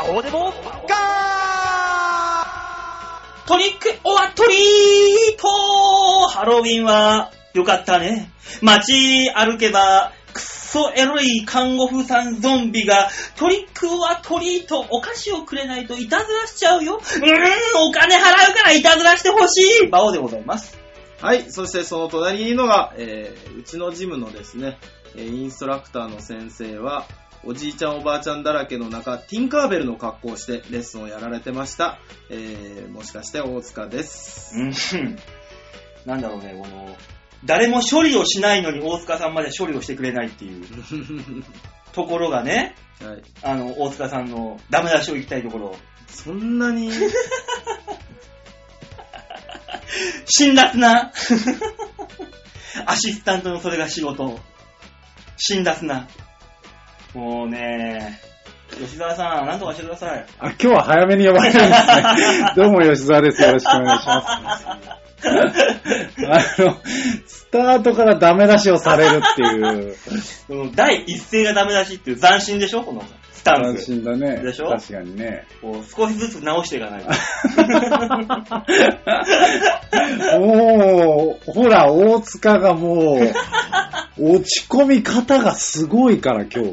こうでもガートリックオアトリート。ハロウィンはよかったね。街歩けばクソエロい看護婦さんゾンビがトリックオアトリート、お菓子をくれないといたずらしちゃうよ。お金払うからいたずらしてほしい。バオでございます。 はい、そしてその隣にいるのが、うちのジムのですね、インストラクターの先生は、おじいちゃんおばあちゃんだらけの中、ティンカーベルの格好をしてレッスンをやられてました。もしかして大塚です。 なんだろうね、誰も処理をしないのに大塚さんまで処理をしてくれないっていうところがね、はい、大塚さんのダメ出しを言いたいところ。 そんなに辛辣なアシスタントのそれが仕事。辛辣な。もうね、吉沢さん、なんとかしてください。 今日は早めに呼ばれるんですね。どうも吉沢です。よろしくお願いします。スタートからダメ出しをされるっていう。 第一声がダメ出しっていう斬新でしょ、このスタンス。 斬新だね。 でしょ。 確かにね。 少しずつ直していかないと。 もう、ほら、大塚がもう、落ち込み方がすごいから今日。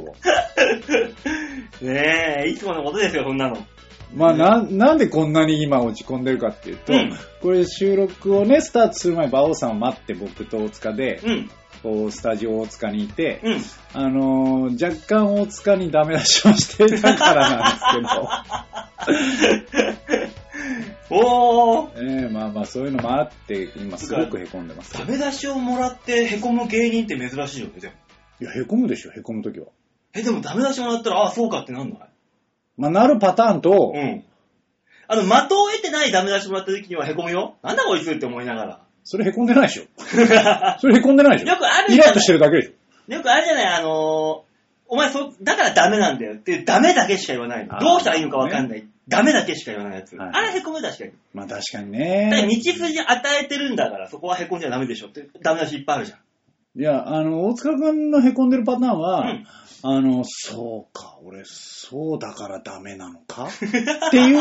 ねえ、いつものことですよ、そんなの。 まあ、なんでこんなに今落ち込んでるかっていうと、これ収録をね、スタートする前、馬王さんを待って僕と大塚で、こうスタジオ大塚にいて、若干大塚にダメ出しをしていたからなんですけど、まあまあそういうのもあって今すごくへこんでます。 ダメ出しをもらってへこむ芸人って珍しいよね。でもいや、へこむでしょ、へこむときは。 でもダメ出しもらったら、ああそうかってなんない？ まあなるパターンと、 的を得てないダメ出しもらったときにはへこむよ。なんだこいつって思いながら。 それへこんでないでしょ。それへこんでないでしょ。 よくあるイラッとしてるだけでしょ。よくあるじゃない、お前だからダメなんだよってダメだけしか言わないの。どうしたらいいのかわかんない。ダメだけしか言わないやつ。あれへこむ確かに。 まあ確かにね。 だから道筋与えてるんだからそこはへこんじゃダメでしょってダメ出しいっぱいあるじゃん。 いや、大塚くんのへこんでるパターンは、そうか、俺、そうだからダメなのかっていう、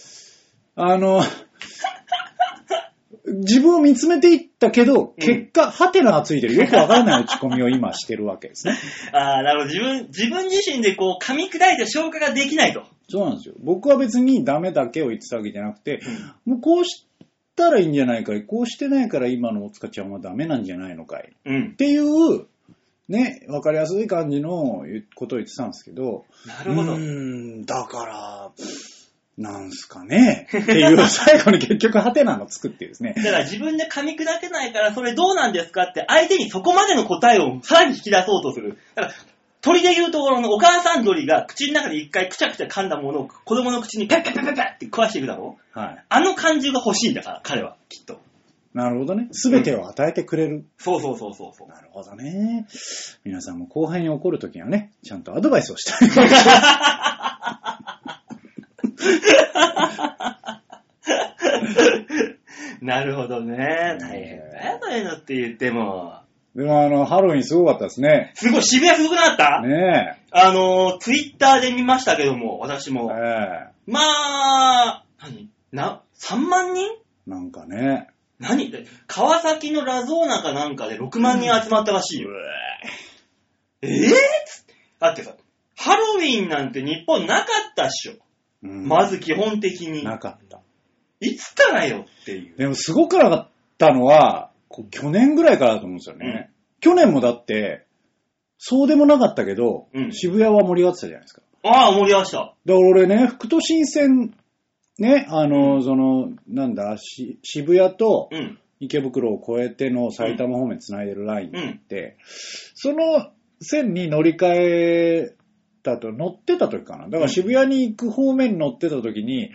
自分を見つめていったけど、結果、ハテナがついてる、よくわからない落ち込みを今してるわけですね。 なるほど。自分自身でこう、噛み砕いて消化ができないと。 そうなんですよ。僕は別にダメだけを言ってたわけじゃなくて、もうこうしたらいいんじゃないかい、こうしてないから今の大塚ちゃんはダメなんじゃないのかい、っていう、ね、わかりやすい感じのことを言ってたんですけど、 なるほど。 だから、なんすかねっていう最後に結局ハテナのつくっていうですね。 だから自分で噛み砕けないからそれどうなんですかって相手にそこまでの答えをさらに引き出そうとする。だから鳥でいうところのお母さん鳥が口の中で一回くちゃくちゃ噛んだものを子供の口にペッペッペッペッペッって食わしていくだろう。はい。あの感じが欲しいんだから彼はきっと。 なるほどね。すべてを与えてくれる。 そう。なるほどね。皆さんも後輩に怒るときにはね、ちゃんとアドバイスをしてあげましょう。なるほどね。大変だよ、そういうのって言っても。 でもハロウィンすごかったですね。 すごい、渋谷すごくなかったねえ。 ツイッターで見ましたけども、私も。まあ、3万人なんかね。 川崎のラゾーナかなんかで6万人集まったらしいよ。だってさ、ハロウィンなんて日本なかったっしょ。まず基本的に。 なかった。 いつからよっていう。 でもすごくなかったのは、去年ぐらいからだと思うんですよね。去年もだって、そうでもなかったけど、渋谷は盛り上がってたじゃないですか。 ああ、盛り上がってた。だから俺ね、副都心線、ね、渋谷と池袋を越えての埼玉方面繋いでるラインって、その線に乗り換えたと、乗ってた時かな。だから渋谷に行く方面に乗ってた時に、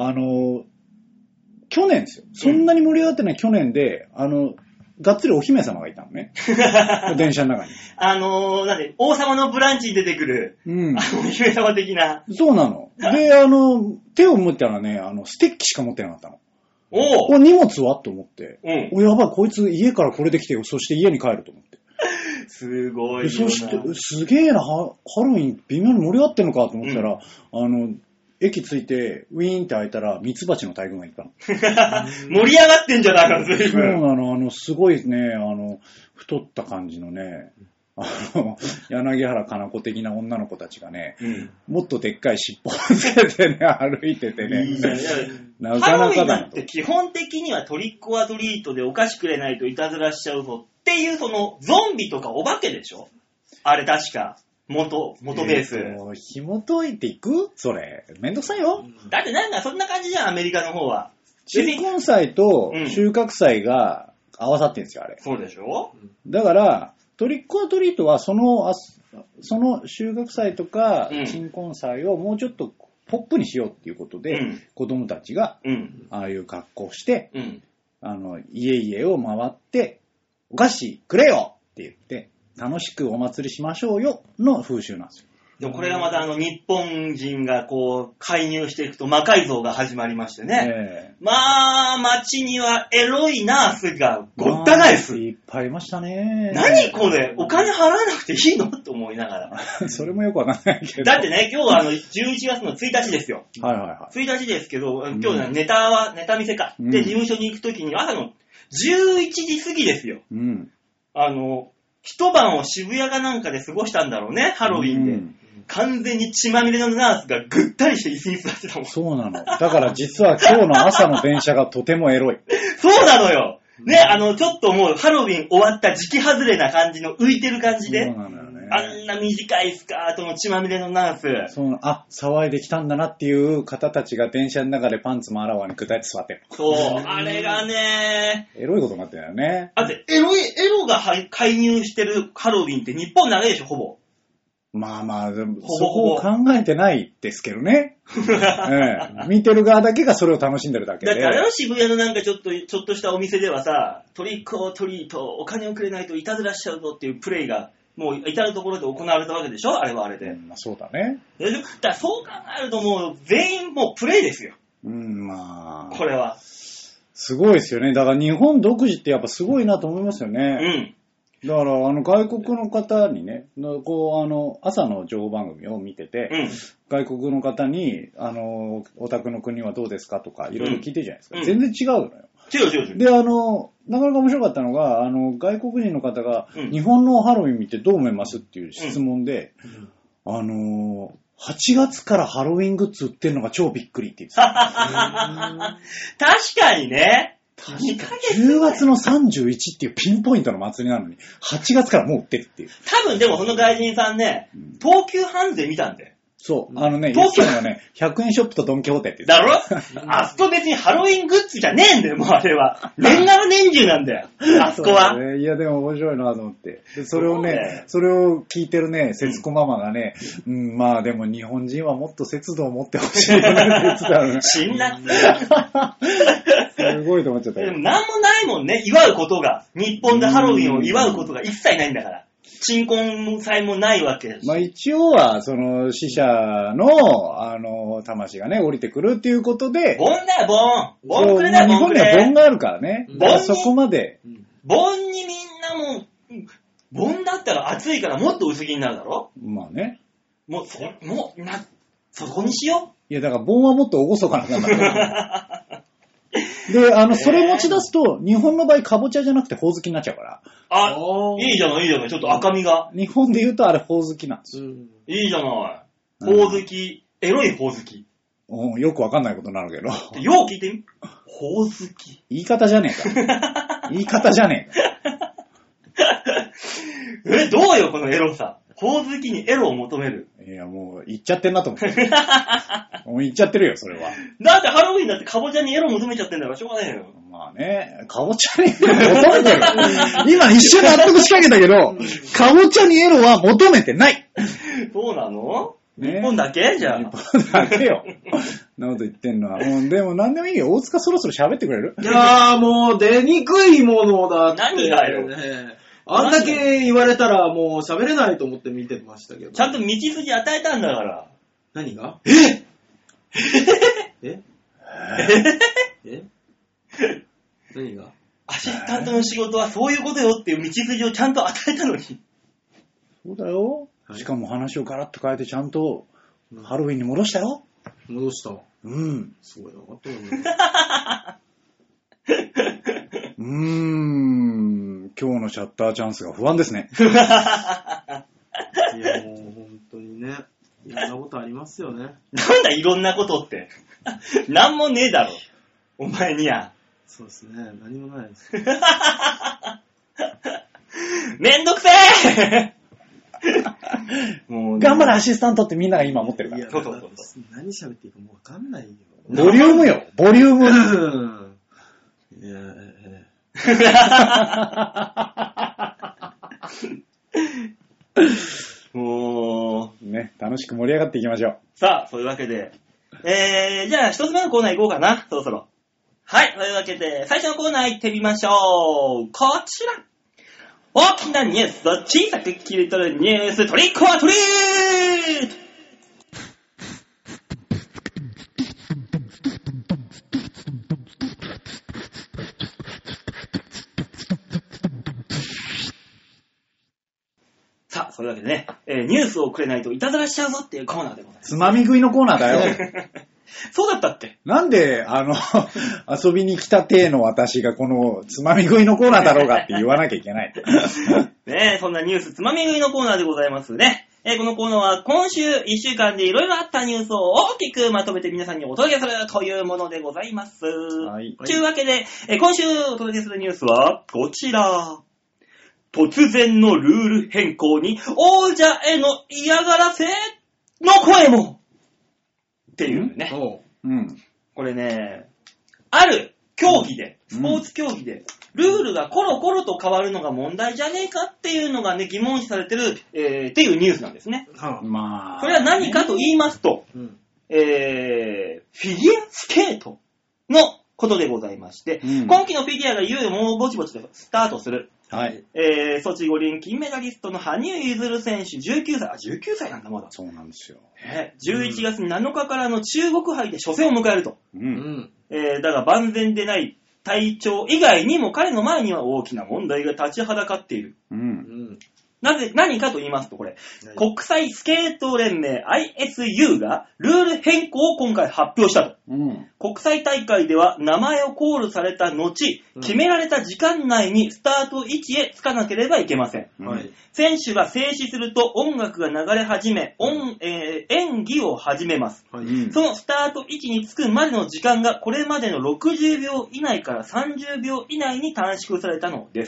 去年ですよ。そんなに盛り上がってない去年で、がっつりお姫様がいたのね。電車の中に。 王様のブランチに出てくる、お姫様的な。 そうなの。で、手を持ったらね、ステッキしか持ってなかったの。これ荷物はと思って。やばい、こいつ家からこれで来てよ。そして家に帰ると思って。 すごいよな。 そして、すげえな、ハロウィン微妙に盛り上がってんのかと思ったら、 駅着いて、ウィーンって開いたら、ミツバチの大群がいたの。 盛り上がってんじゃないか、随分。 そうなの、すごいね、太った感じのね、柳原かな子的な女の子たちがね、もっとでっかい尻尾をつけてね、歩いててね。 いいじゃん。 なかなかだなと。 って基本的にはトリックオアトリートでお菓子くれないといたずらしちゃうぞっていう、そのゾンビとかお化けでしょ、あれ確か。元ベース。 紐解いていくそれ。めんどくさいよ。 だってなんかそんな感じじゃん、アメリカの方は。 新婚祭と収穫祭が合わさってるんですよ、あれ。 そうでしょ。 だから、トリックオアトリートはその収穫祭とか新婚祭をもうちょっとポップにしようっていうことで、子供たちがああいう格好して、家々を回って、お菓子くれよって言って、楽しくお祭りしましょうよの風習なんですよ。 でもこれがまた日本人がこう介入していくと魔改造が始まりましてね。まあ街にはエロいナースがごった返す。 いっぱいいましたね。 何これ、お金払わなくていいのと思いながら。それもよくわかんないけど。 だってね、今日は11月の1日ですよ。 はいはいはい。 1日ですけど、今日ネタ見せか。で、事務所に行くときに朝の11時過ぎですよ。一晩を渋谷かなんかで過ごしたんだろうね、ハロウィンで。完全に血まみれのナースがぐったりして椅子に座ってたもん。 そうなの。だから実は今日の朝の電車がとてもエロい。 そうなのよ。ね、ちょっともうハロウィン終わった時期外れな感じの浮いてる感じで。 そうなのよね。 あんな短いスカートの血まみれのナース。 騒いできたんだなっていう方たちが電車の中でパンツもあらわにくだいて座ってる。 そう、あれがね。 エロいことになってるよね。 だってエロが介入してるハロウィンって日本だけでしょ、ほぼ。 まあまあ、でもそこを考えてないですけどね。見てる側だけがそれを楽しんでるだけで。 だってあれは渋谷のなんかちょっとしたお店ではさ、トリックオアトリート、お金をくれないといたずらしちゃうぞっていうプレイが、もう至るところで行われたわけでしょ、あれはあれで。 まあそうだね。 だからそう考えるともう全員もうプレイですよ。 まあ。 これは。 すごいですよね。だから日本独自ってやっぱすごいなと思いますよね。だから、外国の方にね、朝の情報番組を見てて、外国の方に、お宅の国はどうですかとか、いろいろ聞いてるじゃないですか。全然違うのよ。 違う。 で、なかなか面白かったのが、外国人の方が、日本のハロウィン見てどう思いますっていう質問で、8月からハロウィングッズ売ってるのが超びっくりって言ってた。 確かにね。 10月の31っていうピンポイントの祭りなのに、8月からもう売ってるっていう。 多分でもその外人さんね、東急ハンズで見たんで。 そう。言ってたのはね、100円ショップとドンキホーテって言ってた。だろあそこ別にハロウィングッズじゃねえんだよ、もうあれは。年がら年中なんだよ。あそこは。 いや、でも面白いなと思って。でそれを聞いてるね、節子ママがね、まあでも日本人はもっと節度を持ってほしいよねって言ってたのね。 辛辣。 すごいと思っちゃった。 でもなんもないもんね、祝うことが。日本でハロウィンを祝うことが一切ないんだから。鎮魂祭もないわけです。 まあ一応は、死者の、魂がね、降りてくるっていうことで。 盆だよ、盆。盆くれだよ、盆くれ。 日本には盆があるからね。そこまで。 盆にみんなも、盆だったら暑いからもっと薄着になるだろ。 まあね。 そこにしよう。 いや、だから盆はもっと厳かなもんだから。で、それ持ち出すと、日本の場合、かぼちゃじゃなくて、ほおずきになっちゃうから。 いいじゃない、ちょっと赤みが。 日本で言うと、あれ、ほおずきなんですよ。 いいじゃない。ほおずき、エロいほおずき。 よくわかんないことになるけど。 よう聞いてみ。ほおずき。 言い方じゃねえか。言い方じゃねえか。どうよ、このエロさ。ほおずきにエロを求める。 いや、もう、言っちゃってんなと思って。もう言っちゃってるよ、それは。 だってハロウィンだってかぼちゃにエロ求めちゃってんだからしょうがないよ。 まあね、かぼちゃにエロ求めてる。今一瞬納得しかけたけど、かぼちゃにエロは求めてない。 そうなの？日本だけじゃあ。 日本だけよ。なこと言ってんのは。でも何でもいいよ。大塚そろそろ喋ってくれる？ いやーもう出にくいものだって。 何がよ。 あんだけ言われたらもう喋れないと思って見てましたけど。 ちゃんと道筋与えたんだから。 何が？何が？ アシスタントの仕事はそういうことよっていう道筋をちゃんと与えたのに。 そうだよ。しかも話をガラッと変えてちゃんとハロウィンに戻したよ。 戻した。 うん。 すごいなかったよね。 今日のシャッターチャンスが不安ですね。 いや、もう本当にね、いろんなことありますよね。 なんだいろんなことって。なんもねえだろ。お前には。 そうですね、何もないです。 めんどくせえもう、頑張れアシスタントってみんなが今思ってるから。 そう。何喋っていいかもうわかんないよ。 ボリュームよ、ボリューム。 いやもう、 ね、楽しく盛り上がっていきましょう。 さあ、そういうわけで、じゃあ一つ目のコーナー行こうかな、そろそろ。はい、というわけで、最初のコーナー行ってみましょう。こちら。大きなニュースと小さく切り取るニュース、トリックオアトリート。さあ、そういうわけでね、ニュースをくれないといたずらしちゃうぞっていうコーナーでございます。 つまみ食いのコーナーだよ。 そうだったっけ？ なんで、遊びに来た体の私がこのつまみ食いのコーナーだろうがって言わなきゃいけない。 ねえ、そんなニュースつまみ食いのコーナーでございますね。このコーナーは今週1週間でいろいろあったニュースを大きくまとめて皆さんにお届けするというものでございます。はい。というわけで、今週お届けするニュースはこちら。突然のルール変更に王者への嫌がらせの声もっていうね。 うん。 これね、ある競技で、スポーツ競技で、ルールがコロコロと変わるのが問題じゃねえかっていうのがね、疑問視されてる、っていうニュースなんですね。 まあ。 それは何かと言いますと、フィギュアスケートのことでございまして、今季のフィギュアがいよいよもうぼちぼちでスタートする。 はい。 ソチ五輪金メダリストの羽生結弦選手19歳。あ、19歳なんだまだ。 そうなんですよ。 11月7日からの中国杯で初戦を迎えると。だが万全でない体調以外にも彼の前には大きな問題が立ちはだかっている。何かと言いますと、これ、国際スケート連盟 ISU がルール変更を今回発表したと。国際大会では名前をコールされた後、決められた時間内にスタート位置へつかなければいけません。選手が静止すると音楽が流れ始め、演技を始めます。そのスタート位置につくまでの時間がこれまでの60秒以内から30秒以内に短縮されたのです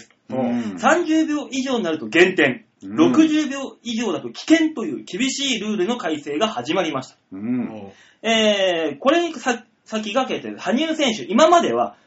。30秒以上になると減点、60秒以上だと危険という厳しいルールの改正が始まりました。これに先駆けて羽生選手、今までは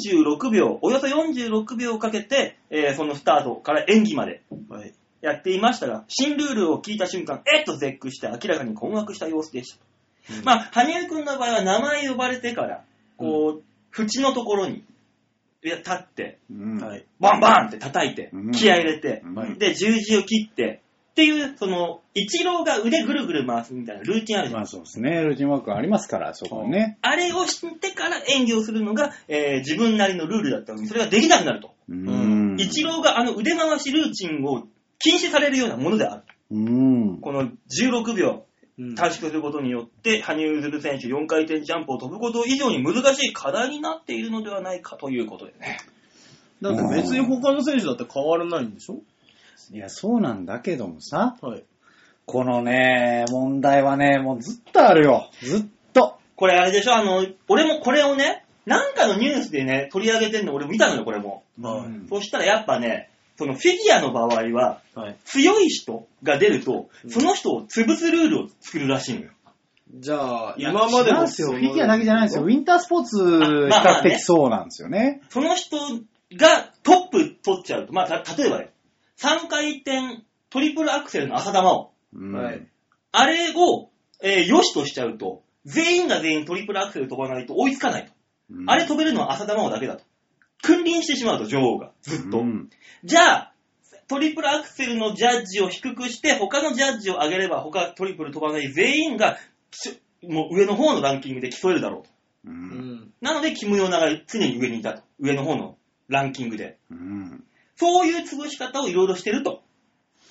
46秒、およそ46秒かけて、そのスタートから演技までやっていましたが、新ルールを聞いた瞬間、と絶句して明らかに困惑した様子でした。羽生くんの場合は名前呼ばれてから、こう、縁のところに立って、バンバンって叩いて、気合入れて、で、十字を切って、っていう、その、一郎が腕ぐるぐる回すみたいなルーティンあるじゃないですか。 そうですね、ルーティンワークありますから、そこにね。 あれをしてから演技をするのが、自分なりのルールだったのに、それができなくなると。一郎が腕回しルーティンを禁止されるようなものである。この16秒。短縮することによって、羽生結弦選手4回転ジャンプを飛ぶこと以上に難しい課題になっているのではないかということでね。 だって別に他の選手だって変わらないんでしょ？ いや、そうなんだけどもさ、このね、問題はね、もうずっとあるよ。ずっと。 これあれでしょ、俺もこれをね、なんかのニュースでね、取り上げてんの俺見たのよ、これも。そしたらやっぱね、そのフィギュアの場合は、強い人が出ると、その人を潰すルールを作るらしいのよ。 じゃあ、今までのフィギュアだけじゃないですよ。ウィンタースポーツ、比較的そうなんですよね。 その人がトップ取っちゃうと、例えばね、3回転トリプルアクセルの浅玉を、あれを、良しとしちゃうと、全員が全員トリプルアクセル飛ばないと追いつかないと。あれ飛べるのは浅玉をだけだと。君臨してしまうと、女王が。ずっと。じゃあ、トリプルアクセルのジャッジを低くして、他のジャッジを上げれば、他トリプル飛ばない全員が、もう上の方のランキングで競えるだろうと。なので、キム・ヨナが常に上にいたと。上の方のランキングで。そういう潰し方をいろいろしてると。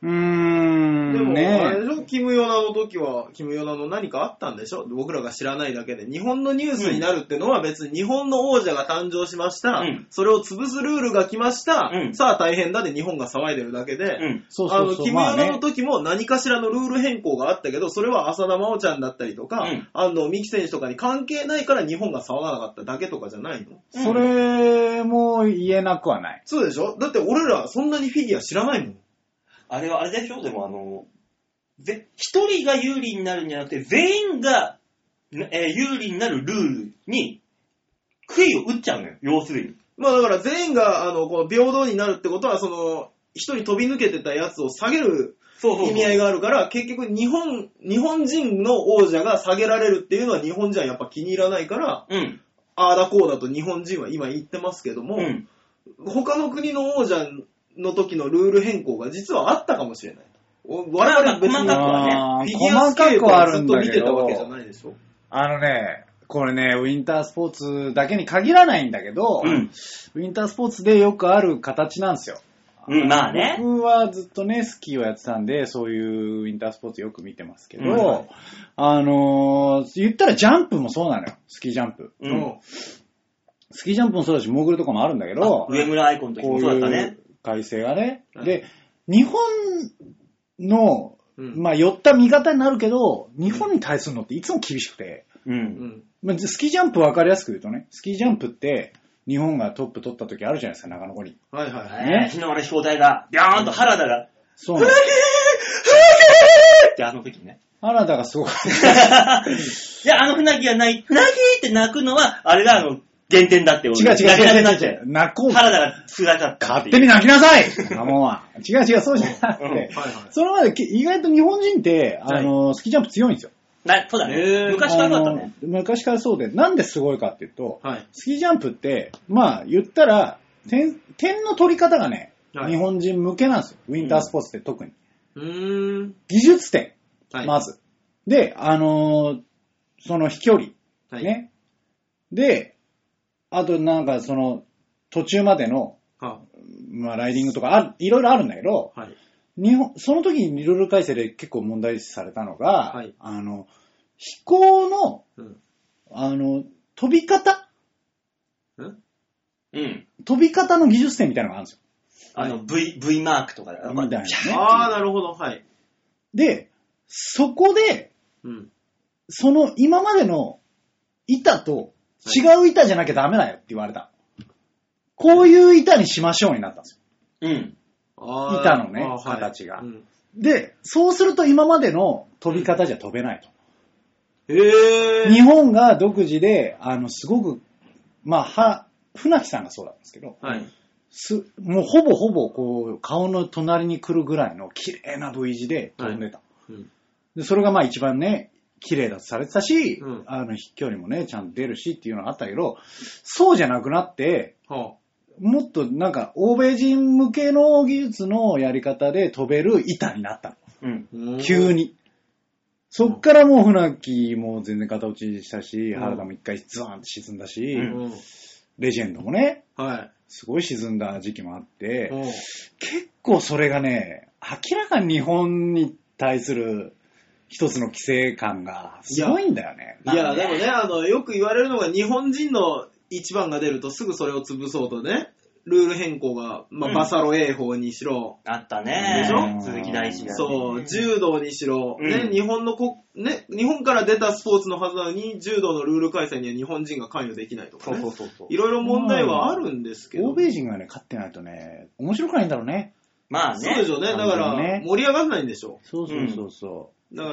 でも、あれでしょ、キムヨナの時は、キムヨナの何かあったんでしょ、僕らが知らないだけで。日本のニュースになるってのは別に日本の王者が誕生しました。それを潰すルールが来ました。さあ大変だで日本が騒いでるだけで。キムヨナの時も何かしらのルール変更があったけど、それは浅田真央ちゃんだったりとか、安藤美希選手とかに関係ないから日本が騒がなかっただけとかじゃないの？ それも言えなくはない。 そうでしょ？だって俺らそんなにフィギュア知らないもん。 あれはあれでしょ？でも一人が有利になるんじゃなくて、全員が、有利になるルールに、杭を打っちゃうのよ、要するに。 まあだから全員が、こう平等になるってことは、一人飛び抜けてたやつを下げる意味合いがあるから、結局日本人の王者が下げられるっていうのは日本人はやっぱ気に入らないから、ああだこうだと日本人は今言ってますけども、他の国の王者の時のルール変更が実はあったかもしれない。我々別にフィギュアスケートをずっと見てたわけじゃないでしょ。 これね、ウィンタースポーツだけに限らないんだけど、ウィンタースポーツでよくある形なんですよ。 まあね。 僕はずっとね、スキーをやってたんで、そういうウィンタースポーツよく見てますけど、言ったらジャンプもそうなのよ。スキージャンプ。スキージャンプもそうだし、モーグルとかもあるんだけど、 上村愛子の時もそうだったね。 こういう改正がね。で、日本の、まあ、寄った見方になるけど、日本に対するのっていつも厳しくて、スキージャンプ分かりやすく言うとね、スキージャンプって、日本がトップ取った時あるじゃないですか、長野後に。 はいはいはい。ね、 日の丸飛行隊が、ビャーンと原田が、 そうなんです。 って時ね。 原田がすごい。 いや、船木がない、船木って泣くのは、あれが減点だって。 違う。 泣こう。 原田が辛かった。 勝手に泣きなさいそんなもんは。違う、そうじゃなくて、それまで意外と日本人って、スキージャンプ強いんですよ。 そうだね。昔からそうだったね。 昔からそうで、なんですごいかっていうと、スキージャンプって、まあ言ったら、点の取り方がね、日本人向けなんですよ。ウィンタースポーツって特に。技術点、まず。で、その飛距離。ね。で、あとなんか途中までの、まあライディングとかいろいろあるんだけど、その時にルール改正で結構問題視されたのが、飛行の、飛び方、飛び方の技術点みたいなのがあるんですよ。 V マークとかだみたいなね。 なるほど、はい。 で、そこで、その今までの板と違う板じゃなきゃダメだよって言われた。こういう板にしましょうになったんですよ。板のね、形が。で、そうすると今までの飛び方じゃ飛べないと。日本が独自で、すごく、まあ、船木さんがそうなんですけど、もうほぼこう、顔の隣に来るぐらいの綺麗な V 字で飛んでた。でそれがまあ一番ね、綺麗だとされてたし、飛距離もね、ちゃんと出るしっていうのがあったけど、そうじゃなくなって、もっとなんか欧米人向けの技術のやり方で飛べる板になったの。急に。そっからもう船木も全然型落ちしたし、原田も一回ズワーンって沈んだし、レジェンドもね、すごい沈んだ時期もあって、結構それがね、明らかに日本に対する一つの規制感がすごいんだよね。 いや、でもね、よく言われるのが日本人の一番が出るとすぐそれを潰そうとね、ルール変更が、まあバサロ泳法にしろ。 あったね。 でしょ？ 鈴木大地が、ね。 そう、柔道にしろ、ね、日本から出たスポーツのはずなのに、柔道のルール改正には日本人が関与できないとかね。いろいろ問題はあるんですけど。 欧米人がね、勝ってないとね、面白くないんだろうね。 まあね。 そうでしょうね。だから、盛り上がらないんでしょう。 そう。 だから、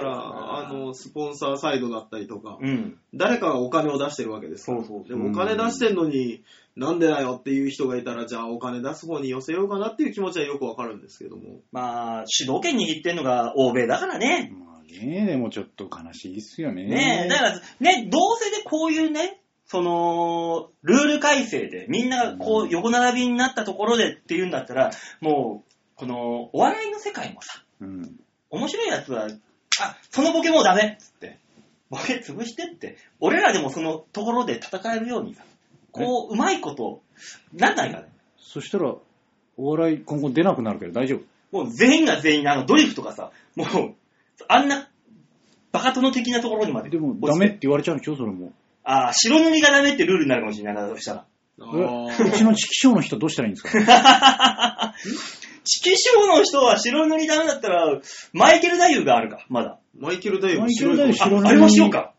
スポンサーサイドだったりとか、誰かがお金を出してるわけですから。でもお金出してんのに、なんでだよっていう人がいたら、じゃあお金出す方に寄せようかなっていう気持ちはよくわかるんですけども。 まあ、主導権握ってんのが欧米だからね。 まあね、でもちょっと悲しいっすよね。 ねえ、だからね、どうせでこういうね、ルール改正でみんながこう横並びになったところでっていうんだったら、もう、このお笑いの世界もさ、面白いやつは、そのボケもうダメっつって、ボケ潰してって、俺らでもそのところで戦えるようにさ、こう、うまいこと、なんないかね。 そしたら、お笑い今後出なくなるけど大丈夫？ もう全員が全員、ドリフとかさ、もう、あんな、バカ殿的なところにまで。 でも、ダメって言われちゃうんでしょ、それも。 白塗りがダメってルールになるかもしれないな、そしたら。 うちのチキショーの人どうしたらいいんですか？ チキショーの人は白塗りダメだったら、マイケル太夫があるか、まだ。 マイケル太夫白塗り。 あれもしようか。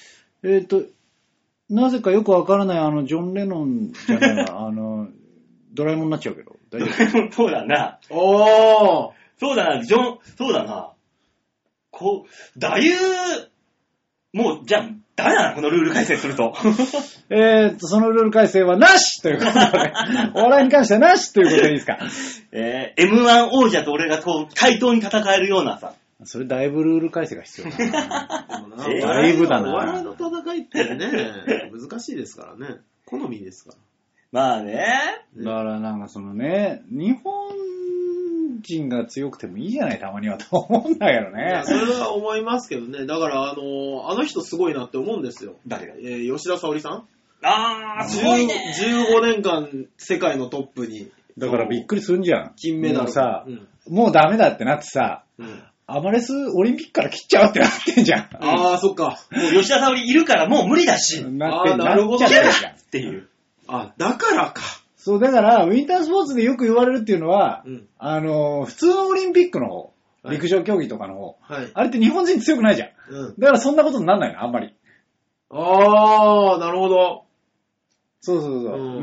なぜかよくわからないジョン・レノンじゃないわ、ドラえもんになっちゃうけど、大丈夫？ そうだな。そうだな、そうだな。だいぶ、もう、じゃあ、ダメだな、このルール改正すると。 そのルール改正はなしということで、お笑いに関してはなしということでいいですか。 M1 王者と俺が対等に戦えるようなさ。 それだいぶルール改正が必要だな。 だいぶだな。お笑いの戦いってね、難しいですからね。好みですから。 まあね。 だからなんかそのね、日本人が強くてもいいじゃない、たまにはと思うんだけどね。 それは思いますけどね。だからあの人すごいなって思うんですよ。 誰が？ 吉田沙保里さん。 すごいね。 15年間世界のトップに。 だからびっくりするんじゃん。 金メダルさ、もうダメだってなってさ、アマレスオリンピックから切っちゃうってなってんじゃん。 そっか。 もう吉田沙保里いるからもう無理だし。 なるほど。 っていう。 だからか。 そう、だから、ウィンタースポーツでよく言われるっていうのは、普通のオリンピックの方、陸上競技とかの方、あれって日本人強くないじゃん。だからそんなことにならないの、あんまり。 なるほど。 そう。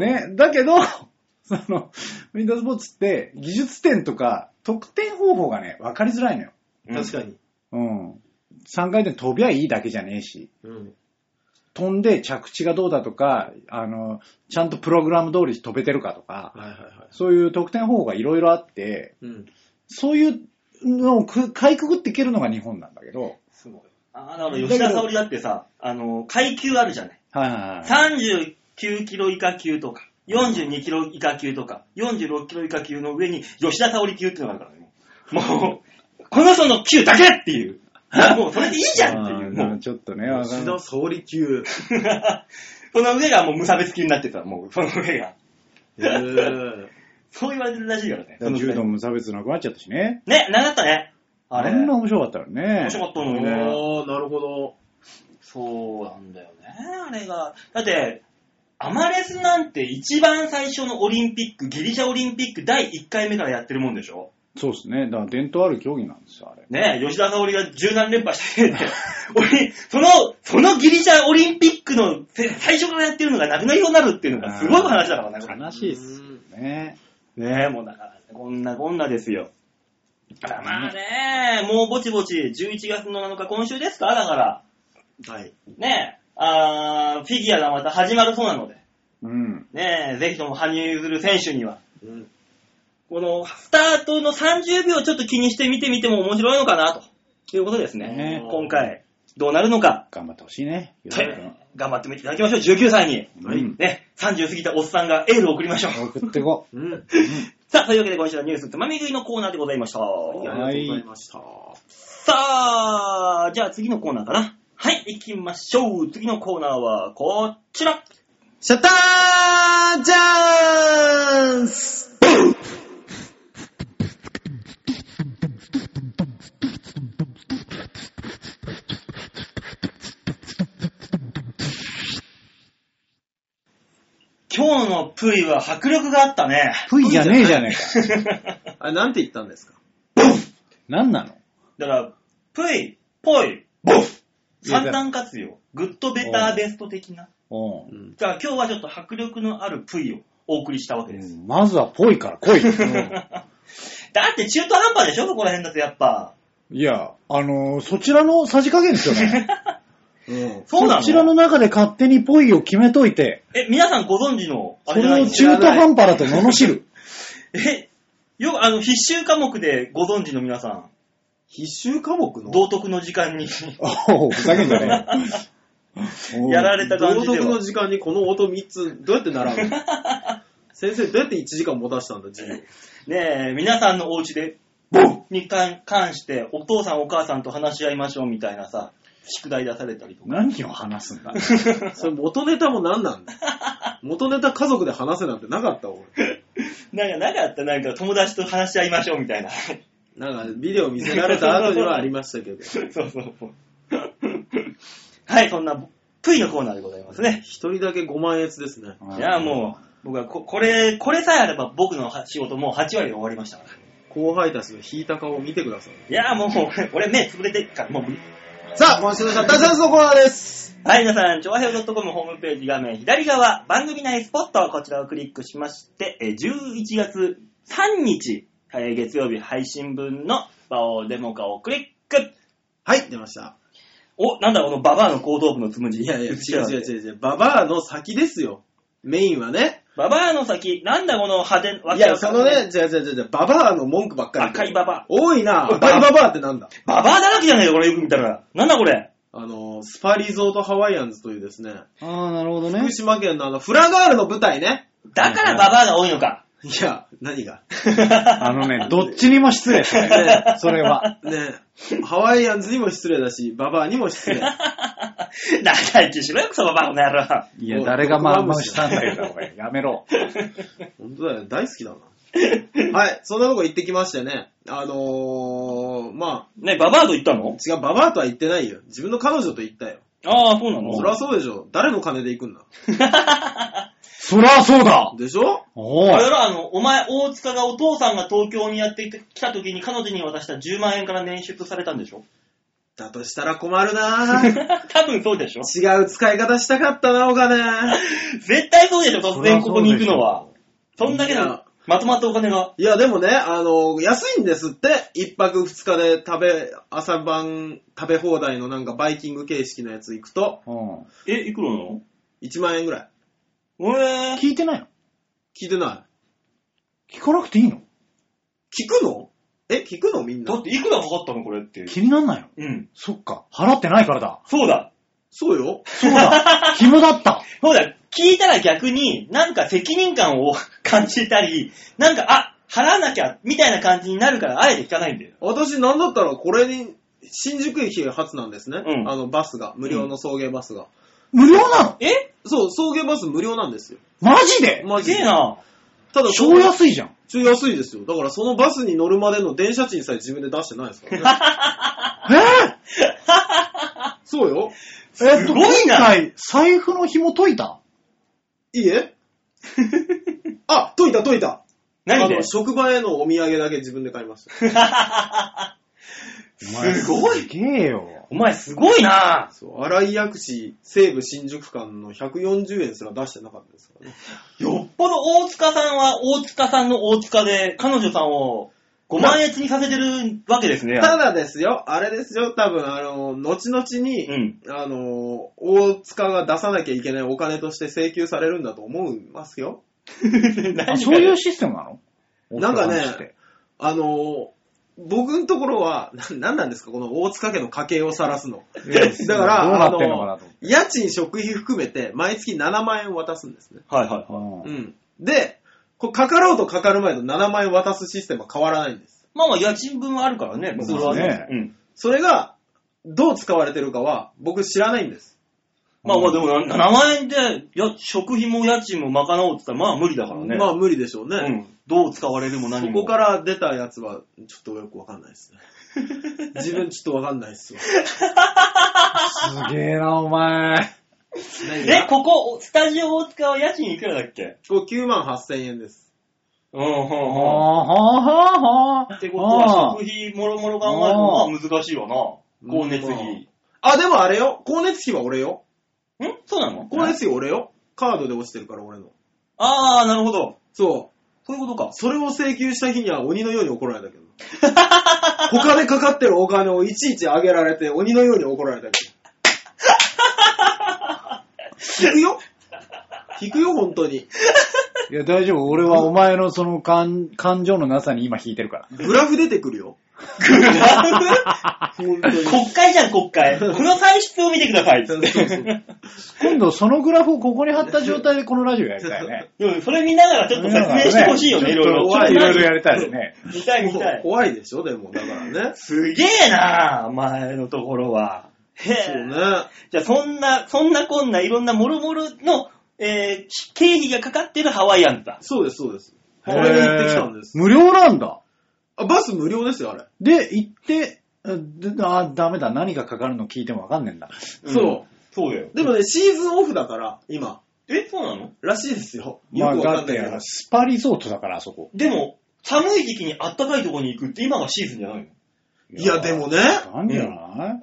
ね。だけど、ウィンタースポーツって技術点とか得点方法がね、分かりづらいのよ。 確かに。 3回転飛びゃいいだけじゃねえし。飛んで着地がどうだとか、ちゃんとプログラム通り飛べてるかとか、そういう得点方法がいろいろあって、そういうのをかいくぐっていけるのが日本なんだけど。 すごい。だから吉田沙保里だってさ、階級あるじゃない。39キロ以下級とか、42キロ以下級とか、46キロ以下級の上に吉田沙保里級っていうのがあるからね。もう、この人の級だけっていう。もうそれでいいじゃんっていう。もうちょっとね、 吉田沙保里級。 その上がもう無差別級になってた、もうその上が。そう言われてるらしいからね。 柔道無差別なくなっちゃったしね。 ね、なかったね。 あんな面白かったよね。 面白かったのにね。 なるほど。 そうなんだよね、あれが。だって、アマレスなんて一番最初のオリンピック、ギリシャオリンピック第1回目からやってるもんでしょ？ そうですね。だから伝統ある競技なんですよ、あれ。 ねえ、吉田沙保里が十何連覇してて、そのギリシャオリンピックの最初からやってるのがなくなりようになるっていうのがすごい話だからね。 悲しいっすね。 ねえ、もうだから、こんなですよ。まあね、もうぼちぼち11月の7日今週ですか？だから。 はい。 ねえ、フィギュアがまた始まるそうなので。ねえ、ぜひとも羽生結弦選手には。このスタートの30秒ちょっと気にして見てみても面白いのかなということですね。今回どうなるのか。 頑張ってほしいね。 頑張ってみていただきましょう。19歳に。ね、30過ぎたおっさんがエールを送りましょう。 送ってこ。 さあ、というわけで今週はニュースつまみ食いのコーナーでございました。 ありがとうございました。 さあ、じゃあ次のコーナーかな。はい、行きましょう。次のコーナーはこちら。 シャッターチャンス今日のプイは迫力があったね。 プイじゃねえじゃねえか。 あれ、なんて言ったんですか？ 何なの？ だから、プイ、ポイ、ボフ三段活用。グッドベターベスト的な。だから今日はちょっと迫力のあるプイをお送りしたわけです。 まずはポイから来い。 だって中途半端でしょ、ここら辺だとやっぱ。 いや、そちらのさじ加減ですよね。 そうなの？ そちらの中で勝手にポイを決めといて。 皆さんご存知のあれじゃないですか？それを中途半端だと罵る。 必修科目でご存知の皆さん。 必修科目の道徳の時間に。ふざけんじゃねえ。やられた感じでは。 道徳の時間にこの音3つ、どうやって習うの？先生、どうやって1時間持たしたんだ、授業。 ねえ、皆さんのお家で、ボンに関してお父さんお母さんと話し合いましょうみたいなさ、宿題出されたりとか。 何を話すんだ？ それ元ネタも何なんだ？元ネタ家族で話せなんてなかった俺。 なかった、なんか友達と話し合いましょうみたいな。 なんか、ビデオ見せられた後にはありましたけど。 そうそうそう。はい、そんな、プイのコーナーでございますね。 一人だけ5万円ですね。 いや、もう、僕はこれさえあれば僕の仕事もう8割終わりましたから。 後輩たちの引いた顔を見てください。 いや、もう、俺目潰れてっから、もう無理。 さあ、今週のシャッターチャンスのコーナーです。 はい、皆さん、ちょわへよ .com ホームページ画面左側、番組内スポット、こちらをクリックしまして、11月3日、月曜日配信分のバオデモカをクリック。 はい、出ました。 お、なんだこのババアの後頭部のつむじ。 いやいや、違う。ババアの先ですよ。メインはね。 ババアの先、なんだこの派手、 いや、そのね、違う、ババアの文句ばっかり。 赤いババア。 多いな、赤いババアってなんだ。 ババアだらけじゃねえか、これよく見たら。なんだこれ。 スパリゾートハワイアンズというですね。 なるほどね。 福島県のフラガールの舞台ね。 だからババアが多いのか。 いや、何がどっちにも失礼ですね。それは。 ね、ハワイアンズにも失礼だし、ババアにも失礼。 長生きしろよ、クソババアこの野郎。 いや、誰がまんましたんだけど、おい、やめろ。 本当だよ、大好きだな。はい、そんなとこ行ってきましてね。まあ。 ね、ババアと言ったの？ 違う、ババアとは言ってないよ。自分の彼女と言ったよ。 ああ、そうなの？ そりゃそうでしょ。誰の金で行くんだ。 そりゃそうだでしょ？ あれら、お前、大塚がお父さんが東京にやってきた時に彼女に渡した10万円から捻出されたんでしょ？ だとしたら困るなぁ。 多分そうでしょ？ 違う使い方したかったな、お金。 絶対そうでしょ、突然ここに行くのは。そんだけのまとまったお金が。 いや、でもね、安いんですって。一泊二日で朝晩食べ放題のなんかバイキング形式のやつ行くと。 いくらなの？ 1 万円ぐらい。 聞いてないの？ 聞いてない。 聞かなくていいの？ 聞くの？聞くのみんな。 だっていくらかかったのこれって。 気になんないの？ うん。 そっか。払ってないからだ。 そうだ。 そうよ。 そうだ。紐だった。 そうだ。聞いたら逆になんか責任感を感じたり、なんか、払わなきゃみたいな感じになるからあえて聞かないんだよ。 私なんだったらこれに、新宿駅発なんですね。 うん。 バスが、無料の送迎バスが。 無料なの？ そう、送迎バス無料なんですよ。 マジで？ マジで。 すげえな。 ただ超安いじゃん。 超安いですよ。だからそのバスに乗るまでの電車賃さえ自分で出してないですからね。そうよ。 すごいな。 今回、財布の紐解いた？ いいえ解いた。 何で？ 職場へのお土産だけ自分で買いました。 すごい。 すげえよ。 お前すごいな。 そう、新井薬師西武新宿間の140円すら出してなかったですからね。 よっぽど大塚さんは大塚さんの大塚で彼女さんを5万円にさせてるわけですね。 ただですよ、あれですよ、多分後々に、大塚が出さなきゃいけないお金として請求されるんだと思いますよ。 そういうシステムなの？ なんかね、僕のところは、何なんですか、この大塚家の家計を晒すの。だから、家賃食費含めて毎月7万円渡すんですね。 はいはい。 うん。で、かかろうとかかる前の7万円渡すシステムは変わらないんです。 まあ家賃分はあるからね。 それはね。うん。それが、どう使われてるかは、僕知らないんです。 まあでも7万円で食費も家賃も賄おうって言ったらまあ無理だからね。 まあ無理でしょうね。うん。 どう使われるも何も。 そこから出たやつはちょっとよくわかんないですね。自分ちょっとわかんないですよ。 すげえなお前。 ここスタジオ大塚は家賃いくらだっけ？ これ9万8000円です。 ってことは食費もろもろ考えるのは難しいわな。光熱費。 でもあれよ。光熱費は俺よ。 そうなの？ 光熱費俺よ。カードで落ちてるから俺の。 なるほど。 そう。 そういうことか。 それを請求した日には鬼のように怒られたけど。他でかかってるお金をいちいち上げられて鬼のように怒られたけど。引くよ、本当に。いや、大丈夫。俺はお前のその感情のなさに今引いてるから。 グラフ出てくるよ。 グラフ本当に国会じゃん、国会。この算出を見てください。 今度そのグラフをここに貼った状態でこのラジオやりたいね。 それ見ながらちょっと説明してほしいよね、いろいろ。 いろいろやりたいよね。 見たい。 怖いでしょ、でも、だからね。 すげえなお前のところは。 そうね。 じゃあそんなこんないろんなもろもろの、経費がかかってるハワイアンだ。 そうです。 これで行ってきたんです。 無料なんだ。 バス無料ですよ、あれ。 で、行って、ダメだ。何がかかるの聞いてもわかんねえんだ。 そう。 そうだよ。 でもね、シーズンオフだから、今。 そうなの？ らしいですよ。 まあ、 よくわだってかんないけど。 スパリゾートだから、あそこ。 でも、寒い時期にあったかいところに行くって今がシーズンじゃないの？ いや、でもね。 なんじゃない？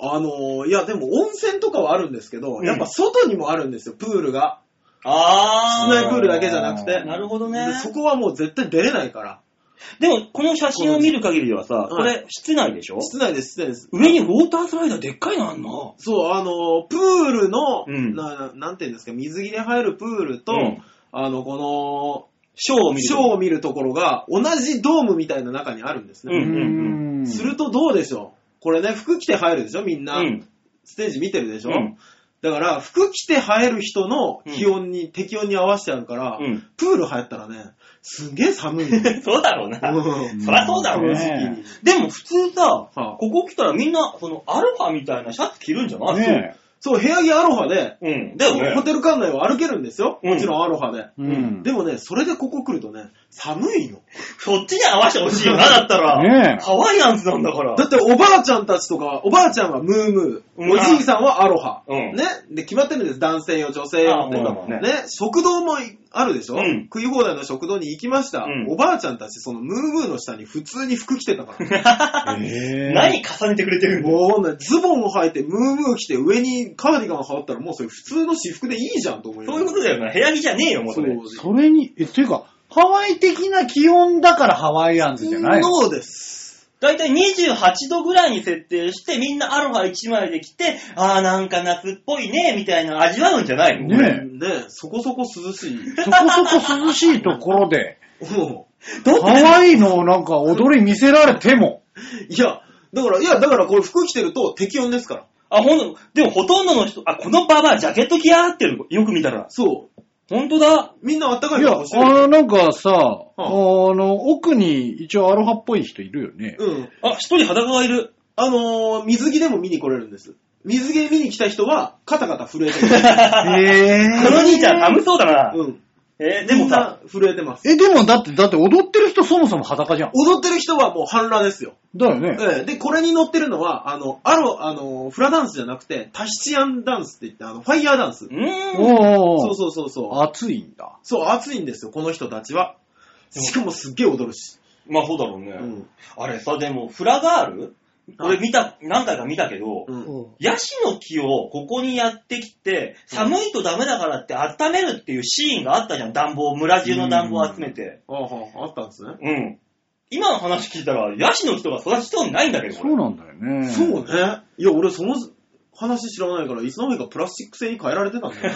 いや、でも温泉とかはあるんですけど、やっぱ外にもあるんですよ、プールが。室内プールだけじゃなくて。 なるほどね。 そこはもう絶対出れないから。 でも、この写真を見る限りではさ、これ、室内でしょ？ 室内です、室内です。 上にウォータースライダーでっかいのあんの？ そう、プールの、なんていうんですか、水着で入るプールと、この、ショーを見るところが、同じドームみたいな中にあるんですね。するとどうでしょう？これね、服着て入るでしょ、みんな。ステージ見てるでしょ？だから、服着て入る人の適温に合わせてあるから、プール入ったらね、すんげえ寒い。 そうだろうな。そりゃそうだろうね。でも普通さ、ここ来たらみんな、アルファみたいなシャツ着るんじゃない？ そう、部屋着アロハで、 だよね。 ホテル館内を歩けるんですよ。もちろんアロハで。 でもね、それでここ来るとね、寒いの。 そっちに合わせてほしいよな、だったら。ハワイアンズなんだから。 だっておばあちゃんたちとか、おばあちゃんはムームー、おじいさんはアロハ。ね。で、決まってるんです。男性用、女性用って。ね。食堂もあるでしょ？食い放題の食堂に行きました。おばあちゃんたち、そのムームーの下に普通に服着てたから。 何重ねてくれてるの？ もうね、ズボンを履いて、ムームー着て、上にカーディガン羽織ったら、もうそれ普通の私服でいいじゃんと思います。 そういうことだよな。部屋着じゃねえよ、もうそれ。 それに、っていうか、ハワイ的な気温だからハワイアンズじゃないの？ そうです。 だいたい28度ぐらいに設定して、みんなアロハ1枚で着て、なんか夏っぽいね、みたいな味わうんじゃないの？ ねそこそこ涼しい。 そこそこ涼しいところで、ハワイのなんか踊り見せられても。 いや、だからこれ服着てると適温ですから。 でもほとんどの人、このババアジャケット着やがってる。よく見たら。 そう。 ほんとだ。 みんなあったかいの欲しい。いや、なんかさ、奥に一応アロハっぽい人いるよね。 一人裸がいる。 水着でも見に来れるんです。水着見に来た人は、カタカタ震えてる。 この兄ちゃん寒そうだな。でもさ、 震えてます。 でもだって踊ってる人そもそも裸じゃん。 踊ってる人はもう半裸ですよ。 だよね。 で、これに乗ってるのは、フラダンスじゃなくて、タヒチアンダンスって言って、ファイヤーダンス。そう。 暑いんだ。 そう、暑いんですよ、この人たちは。しかもすっげえ踊るし。 まあそうだろうね。あれさ、でも、フラガール？俺何回か見たけど、ヤシの木をここにやってきて、寒いとダメだからって温めるっていうシーンがあったじゃん、村中の暖房を集めて。 あったんですね。 今の話聞いたら、ヤシの木とか育ちそうにないんだけど。 そうなんだよね。 そうね。いや、俺その話知らないから、いつの間にかプラスチック製に変えられてたんだよ。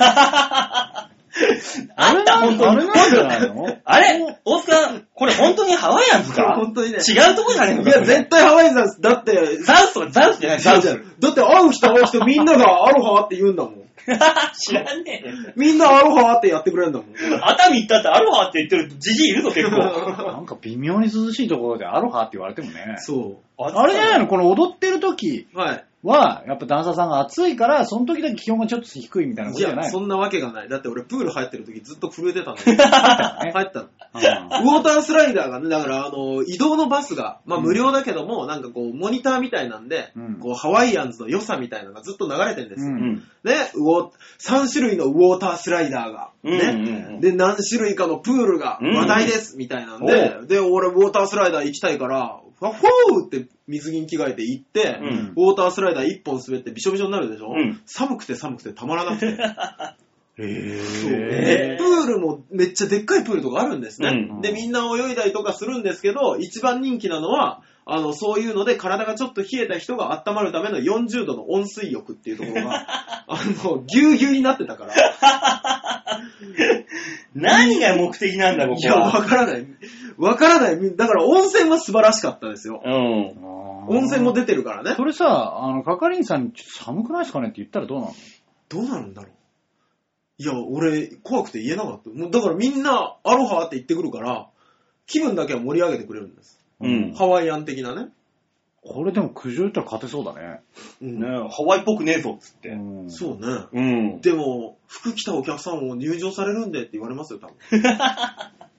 あれなんじゃないの？ あれ大塚、これ本当にハワイアンズか？ 本当にね。 違うとこじゃねえのか？ いや、絶対ハワイアンズだって。 ザウスじゃない、ザウス。 だって会う人みんながアロハって言うんだもん。 知らんねえ。 みんなアロハってやってくれるんだもん。 熱海行ったってアロハって言ってるジジイいるぞ結構。 なんか微妙に涼しいところでアロハって言われてもね。 そう。 あれじゃないの？この踊ってる時。 はい。 やっぱダンサーさんが暑いから、その時だけ気温がちょっと低いみたいなことじゃない？ いや、そんなわけがない。だって俺プール入ってる時ずっと震えてたんだよ。入ったの。ウォータースライダーがね、だから移動のバスが、無料だけども、なんかこう、モニターみたいなんで、こう、ハワイアンズの良さみたいなのがずっと流れてるんですよ。ね、3種類のウォータースライダーが、ね、で、何種類かのプールが話題です、みたいなんで、で、俺ウォータースライダー行きたいから、ファーって水着に着替えて行って、ウォータースライダー1本滑ってびしょびしょになるでしょ？寒くてたまらなくて。プールもめっちゃでっかいプールとかあるんですね。で、みんな泳いだりとかするんですけど、一番人気なのは、そういうので体がちょっと冷えた人が温まるための40度の温水浴っていうところが、ぎゅうぎゅうになってたから。 何が目的なんだ、僕は。 いや、わからない。だから温泉は素晴らしかったですよ。温泉も出てるからね。 それさ、係員さんにちょっと寒くないですかねって言ったらどうなの？ どうなるんだろう。いや、俺、怖くて言えなかった。もうだからみんな、アロハって言ってくるから、気分だけは盛り上げてくれるんです。ハワイアン的なね。 これでも苦情言ったら勝てそうだね。 ねえ、ハワイっぽくねえぞっつって。 そうね。でも、服着たお客さんも入場されるんでって言われますよ、多分。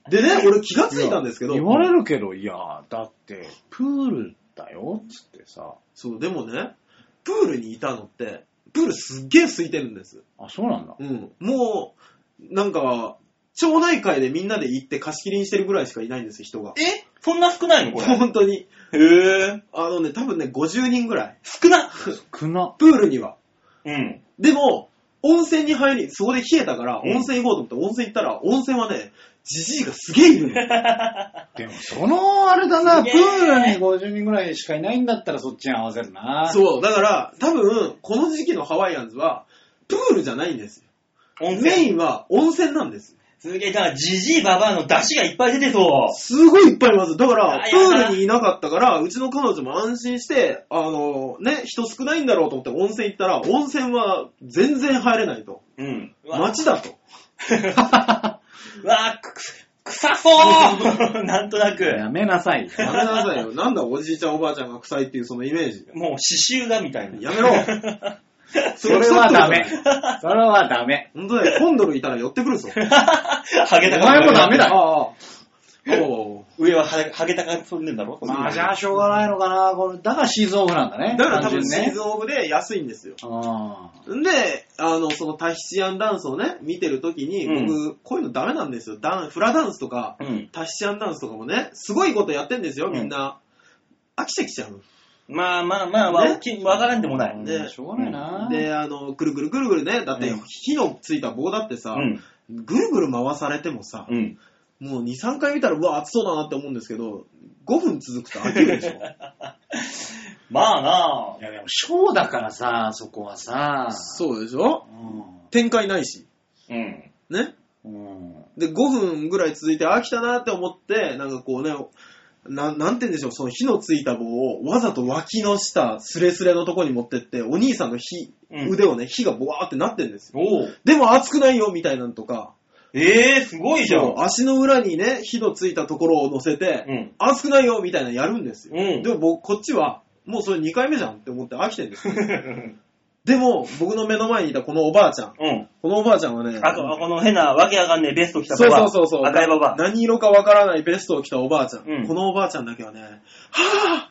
でね、俺気がついたんですけど。 言われるけど、いや、だって、プールだよ、つってさ。 そう、でもね、プールにいたのって、プールすっげえ空いてるんです。 あ、そうなんだ。 うん。もう、なんか、町内会でみんなで行って貸し切りにしてるぐらいしかいないんですよ、人が。 そんな少ないのこれ。 本当に。 へぇ多分ね、50人ぐらい。 少なプールには。 うん。 でも、温泉に入り、そこで冷えたから、温泉行こうと思って温泉行ったら、温泉はね、じじいがすげえいるの。 でも、そのあれだな、プールに50人ぐらいしかいないんだったらそっちに合わせるな。 そう、だから、多分、この時期のハワイアンズは、プールじゃないんですよ。メインは温泉なんです。 すげえ、だから、じじいばばあの出汁がいっぱい出てそう。 すごいいっぱいいます。だから、プールにいなかったから、うちの彼女も安心して、人少ないんだろうと思って温泉行ったら、温泉は全然入れないと。 うん。 街だと。 うわ臭そうなんとなく。 やめなさい。 やめなさいよ。なんだおじいちゃんおばあちゃんが臭いっていうそのイメージ。 もう刺繍だみたいな。 やめろ。 それはダメ。それはダメ。 本当だよ。コンドルいたら寄ってくるぞ。 ハゲタカ。 お前もダメだよ。 上はハゲタカ飛んでんだろ。 まあじゃあしょうがないのかな。だからシーズンオフなんだね。 だから多分シーズンオフで安いんですよ。で、そのタヒシアンダンスをね、見てるときに、僕、こういうのダメなんですよ。フラダンスとか、タヒシアンダンスとかもね、すごいことやってんですよ、みんな。飽きてきちゃう。 まあ、わからんでもない。 で、 しょうがないな。 で、ぐるぐるね、だって火のついた棒だってさ、ぐるぐる回されてもさ、もう2、3回見たら、うわ、熱そうだなって思うんですけど、5分続くと飽きるでしょ。 まあなぁ。 いやでも、ショーだからさ、そこはさ。 そうでしょ、展開ないし。ね、で、5分ぐらい続いて飽きたなって思って、なんかこうね、なんて言うんでしょう、その火のついた棒をわざと脇の下、スレスレのとこに持ってって、お兄さんの腕をね、火がボワーってなってるんですよ。でも熱くないよ、みたいなのとか。 すごいじゃん。 足の裏にね、火のついたところを乗せて、熱くないよ、みたいなのやるんですよ。でもこっちは、もうそれ2回目じゃんって思って飽きてるんですよ。でも、僕の目の前にいたこのおばあちゃん。このおばあちゃんはね、 この変なわけわかんねえベスト着たババア。 そう。 赤いババア。 何色かわからないベストを着たおばあちゃん。このおばあちゃんだけはね、は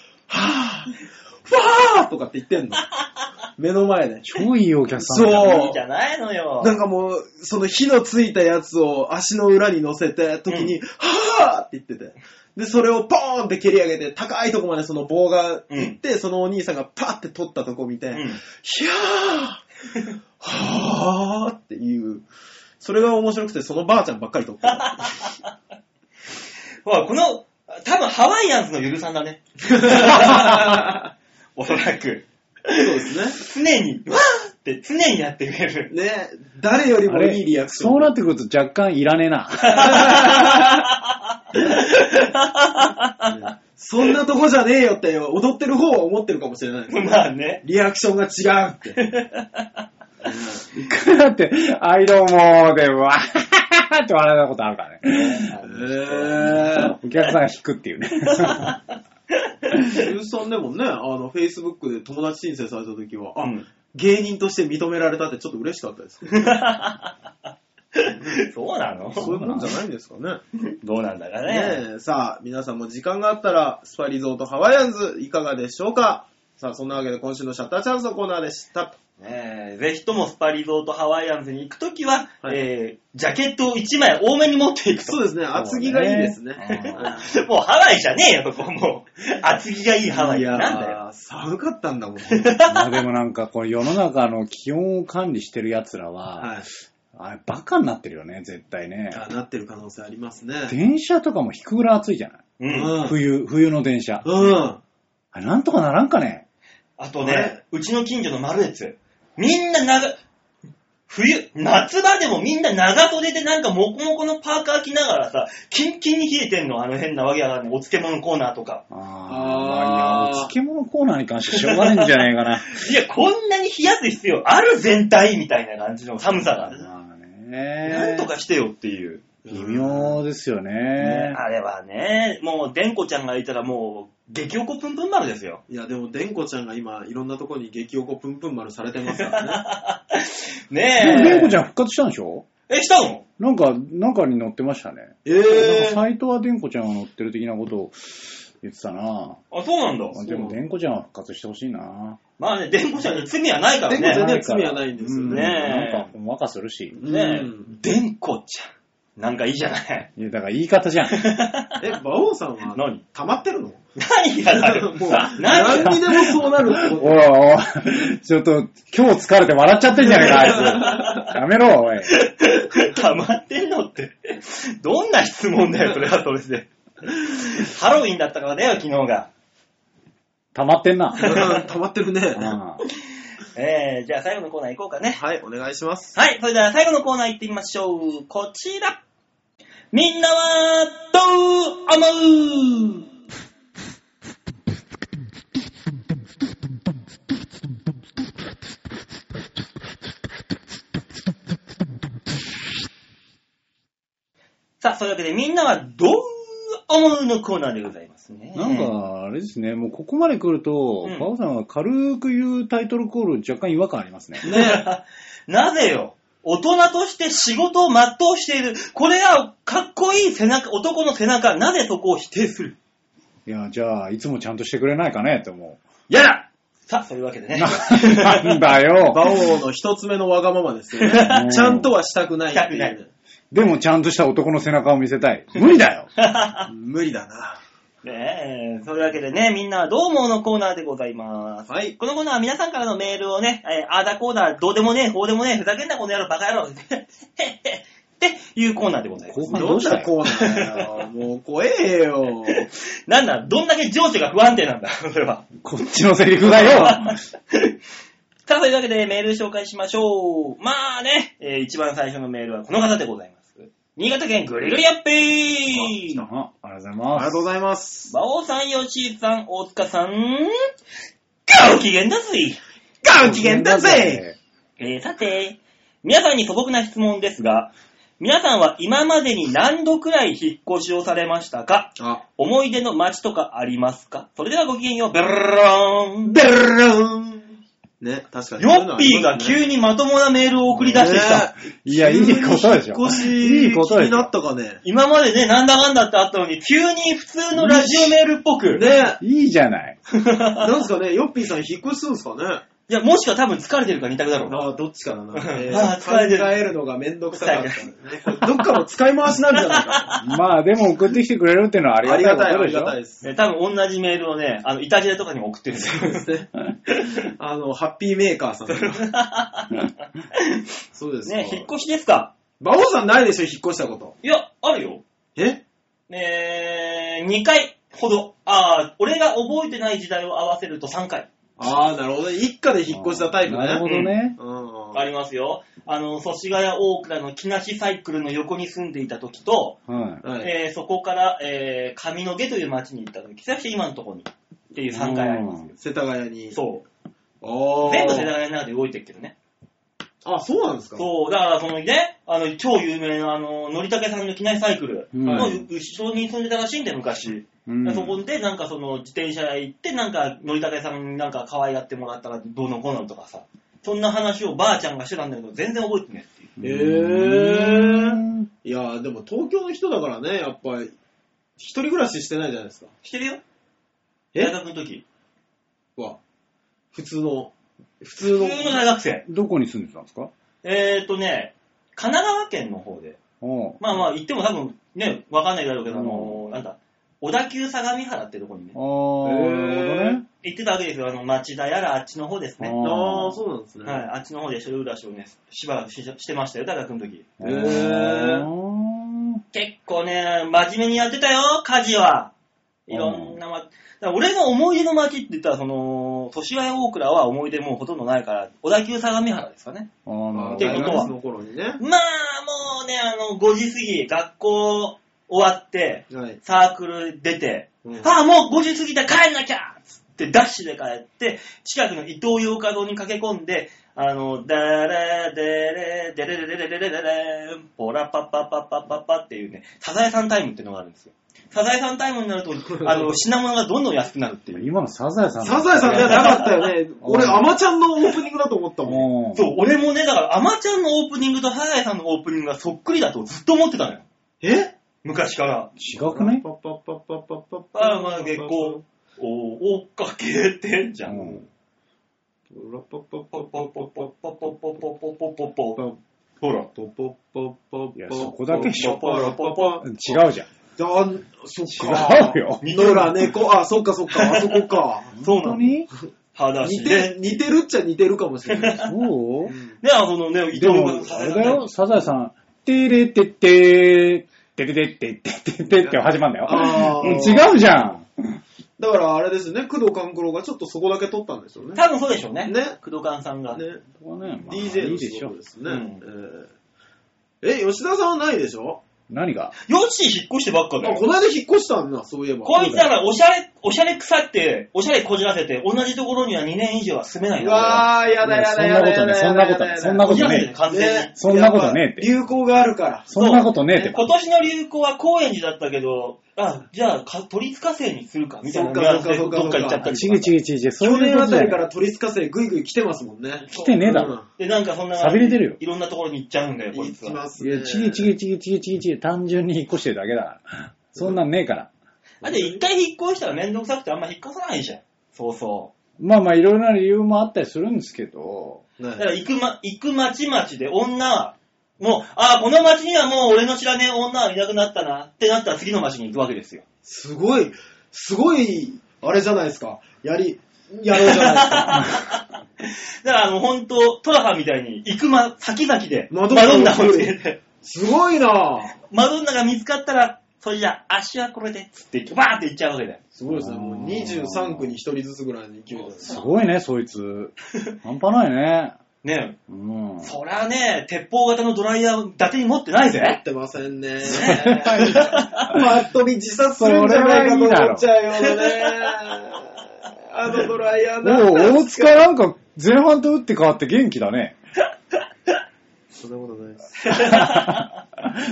ぁとかって言ってんの。目の前で。 超いいお客さん。 そう。いいじゃないのよ。 なんかもう、その火のついたやつを足の裏に乗せて、時に、はぁって言ってて。で、それをポーンって蹴り上げて、高いとこまでその棒が行って、そのお兄さんがパッて取ったとこ見て、ひゃーはーっていう、それが面白くて、そのばあちゃんばっかり撮ってた。 ほら、多分ハワイアンズのゆるさんだね。おそらく。 そうですね。常に、わーって常にやってくれる。 ね、誰よりもいいリアクション。 そうなってくると若干いらねえな。 そんなとこじゃねえよって踊ってる方は思ってるかもしれない。 まあね。 リアクションが違うって。 いくらだって、アイドモーでわーって笑ったことあるからね。お客さんが引くっていうね。 ゆうさんでもね、Facebook で友達申請された時は、芸人として認められたってちょっと嬉しかったです。 そうなの？ そういうもんじゃないんですかね。 どうなんだかね。 さあ、皆さんも時間があったら、スパリゾートハワイアンズいかがでしょうか？さあ、そんなわけで今週のシャッターチャンスのコーナーでした。 ぜひともスパリゾートハワイアンズに行くときは、ジャケットを1枚多めに持っていくと。 そうですね、厚着がいいですね。 もうハワイじゃねえよ、そこもう。厚着がいいハワイなんだよ。 寒かったんだもん。 まあでもなんか、これ世の中の気温を管理してる奴らは、あれバカになってるよね、絶対ね。 なってる可能性ありますね。 電車とかも引くぐらい暑いじゃない、冬の電車。あれなんとかならんかね。 あとね、うちの近所のマルエツ。みんな夏場でもみんな長袖でなんかモコモコのパーカー着ながらさ、キンキンに冷えてんの、変なわけやがね、お漬物コーナーとか。 いや、お漬物コーナーに関してしょうがないんじゃないかな。 いや、こんなに冷やす必要ある全体みたいな感じの寒さが。なんとかしてよっていう。 微妙ですよね。 あれはね、もう、でんこちゃんがいたらもう、激おこぷんぷん丸ですよ。 いや、でも、でんこちゃんが今、いろんなところに激おこぷんぷん丸されてますからね。 ねえ。 でも、でんこちゃん復活したんでしょ？ したの？ なんかに載ってましたね。なんか斎藤はでんこちゃんが載ってる的なことを言ってたな。 あ、そうなんだ。 でもでんこちゃんは復活してほしいな。 まあね、でんこちゃんに罪はないからね。 でんこちゃんには罪はないんですよね。 なんかほんわかするし。 ねでんこちゃん。なんかいいじゃない。 いや、だから言い方じゃん。 馬王さんは溜まってるの？ 何がなるもう何にでもそうなるってこと。 おい、ちょっと今日疲れて笑っちゃってんじゃねえか、あいつ。やめろ、おい。 溜まってんのって。どんな質問だよ、それはそれで。ハロウィンだったからだよ、昨日が。 溜まってんな。 溜まってるね。 じゃあ最後のコーナー行こうかね。 はい、お願いします。 はい、それでは最後のコーナー行ってみましょう。こちら。みんなはどう思う？さあ、そういうわけでみんなはどう思うのコーナーでございますね。 なんか、あれですね、もうここまで来ると、バオさんが軽く言うタイトルコール若干違和感ありますね。 なぜよ。大人として仕事を全うしている。これがかっこいい背中、男の背中。なぜそこを否定する？ いや、じゃあ、いつもちゃんとしてくれないかねって思う。 やだ！さあ、そういうわけでね。 なんだよ。 馬王の一つ目のわがままですよね。ちゃんとはしたくないっていう。 でもちゃんとした男の背中を見せたい。無理だよ。 無理だな。 ねえ、そういうわけでね、みんなはどう思うのコーナーでございます。 はい。 このコーナーは皆さんからのメールをね、あーだコーナー、どうでもねえ、こうでもねえ、ふざけんなこの野郎、バカ野郎、っていうコーナーでございます。 どんなコーナーだよ。もう怖えよ。 なんだ、どんだけ情緒が不安定なんだ、それは。 こっちのセリフだよ。 さあ、そういうわけでメール紹介しましょう。まあね、一番最初のメールはこの方でございます。新潟県グリルヤッピー。 ありがとうございます。 ありがとうございます。 馬王さん、吉井さん、大塚さん、ご機嫌だぜ。 ご機嫌だぜ。 さて、皆さんに素朴な質問ですが、皆さんは今までに何度くらい引っ越しをされましたか？思い出の街とかありますか？それではごきげんよう。ベルローン。ベルローン。 ね、確かに。 ヨッピーが急にまともなメールを送り出してきた。 いや、いいことでしょ。 引っ越し、いいことになったかね。 今までね、なんだかんだってあったのに、急に普通のラジオメールっぽく。 ね。 いいじゃない。 なんすかね、ヨッピーさん引っ越しするんですかね。 いや、もしくは多分疲れてるから二択だろう。 ああ、どっちかだな。 疲れてる。 考えるのがめんどくさかったね。どっかの使い回しなんじゃないか。 まあ、でも送ってきてくれるっていうのはありがたいことでしょ。ありがたいです。 多分同じメールをね、イタジェとかにも送ってるんですよ。 ハッピーメーカーさん。そうですね、引っ越しですか？ 馬王さんないでしょ、引っ越したこと。 いや、あるよ。2回ほど。俺が覚えてない時代を合わせると3回。 ああ、なるほど。一家で引っ越したタイプね。 なるほどね。 ありますよ。祖師ヶ谷大倉の木梨サイクルの横に住んでいた時と、そこから、上野毛という町に行った時、そして今のところにっていう3回ありますよ。 世田谷に。 そう。全部世田谷の中で動いてるけどね。 あ、そうなんですか？ そう、だからそのね、超有名なのりたけさんの木梨サイクルの後ろに住んでたらしいんだよ、昔。そこでなんかその自転車屋行ってなんかのりたけさんになんか可愛がってもらったらどうのこうのとかさ、そんな話をばあちゃんがしてたんだけど全然覚えてないっていう。 いやでも東京の人だからね、やっぱり一人暮らししてないじゃないですか。 してるよ。大学の時は普通の大学生。 どこに住んでたんですか？ 神奈川県の方で。まあ行っても多分ね、わかんないだろうけど、なんだ、小田急相模原ってとこにね。 なるほどね。 行ってたわけですよ。町田やらあっちの方ですね。 ああ、そうなんですね。 はい、あっちの方で一人暮らしをね、しばらくしてましたよ、大学の時。結構ね、真面目にやってたよ、家事は。いろんな俺の思い出の街って言ったら、祖師ヶ谷大倉は思い出もうほとんどないから、小田急相模原ですかね。 っていうことは。の頃にね。 まあ、もうね、5時過ぎ、学校終わって、サークル出て、もう5時過ぎだ、帰んなきゃつってダッシュで帰って、近くの伊東洋華堂に駆け込んで、 ダラデレデレレレレレレレンポラパパパパパパっていうね、サザエさんタイムっていうのがあるんですよ。サザエさんタイムになると、品物がどんどん安くなるっていう。 今のサザエさん。 サザエさんじゃなかったよね。俺、アマちゃんのオープニングだと思ったもん。そう、俺もね、だから、アマちゃんのオープニングとサザエさんのオープニングがそっくりだとずっと思ってたのよ。昔から。 違くね？ まあ結構、追っかけてんじゃん。ほら。 いや、そこだけしょ。違うじゃん。 そっか。 違うよ。 野良猫、あ、そっかそっか、あそこか。 そうなのに似てるっちゃ似てるかもしれない。 そうね、そのね、 でも、あれだよ、サザエさん、てれてっててれてってって始まるんだよ。違うじゃん。 だからあれですね、工藤官九郎がちょっとそこだけ撮ったんですよね。 多分そうでしょうね。 ね。 工藤官さんが。 ね。 DJ の仕事ですね。吉田さんはないでしょ？ 何が？ ヨッシー引っ越してばっかだよ。 この間引っ越したんだ、そういえば。 こいつだからおしゃれ腐って、おしゃれこじらせて、同じところには2年以上は住めないんだよ。 わー、やだ。 そんなことね。そんなことねえって。 流行があるから。 そんなことねえって。 今年の流行は高円寺だったけど、じゃあ、都立火星にするかみたいなニュアンスでどっか行っちゃったりとか。 違う。 去年あたりから都立火星ぐいぐい来てますもんね。 来てねえだろ。 で、なんかそんな、 錆びれてるよ。 いろんなところに行っちゃうんだよ、こいつは。 行きますね。いや、違う。単純に引っ越してるだけだから。そんなんねえから。 で、一回引っ越したらめんどくさくてあんま引っ越さないじゃん。そう。 まあ、いろいろな理由もあったりするんですけど。 だから行く町々で女は、もう、この町にはもう俺の知らねえ女はいなくなったなってなったら次の町に行くわけですよ。 すごい、あれじゃないですか。やろうじゃないですか。 だから本当トラハみたいに行く先々でマドンナをつけて。 すごいなぁ。 マドンナが見つかったら、それじゃ足はこれで、つって、バーって行っちゃうわけだよ。 すごいですね。もう23区に1人ずつぐらいの勢いだね。 すごいね、そいつ。半端ないね。 ねえ。そりゃね、鉄砲型のドライヤー伊達に持ってないぜ。 持ってませんね。パッと見自殺するんじゃないかと思っちゃうよね。ドライヤーだ。 大塚なんか前半と打って変わって元気だね。 そんなことないです。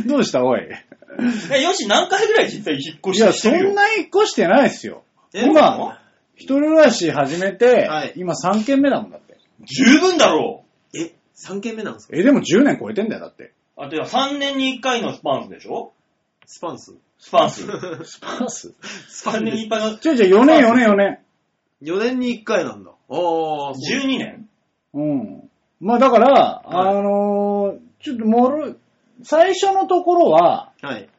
どうしたおい。 よし、何回ぐらい実際引っ越してるよ。 いや、そんな引っ越してないですよ。今、一人暮らし始めて、今3軒目だもんだって。 十分だろう。3軒目なんですか？ でも10年超えてんだよ、だって。 では3年に1回のスパンスでしょ？ スパンス ?3 年に1回の。 4年。 4年に1回なんだ。 12年？ まあだから、ちょっと最初のところは、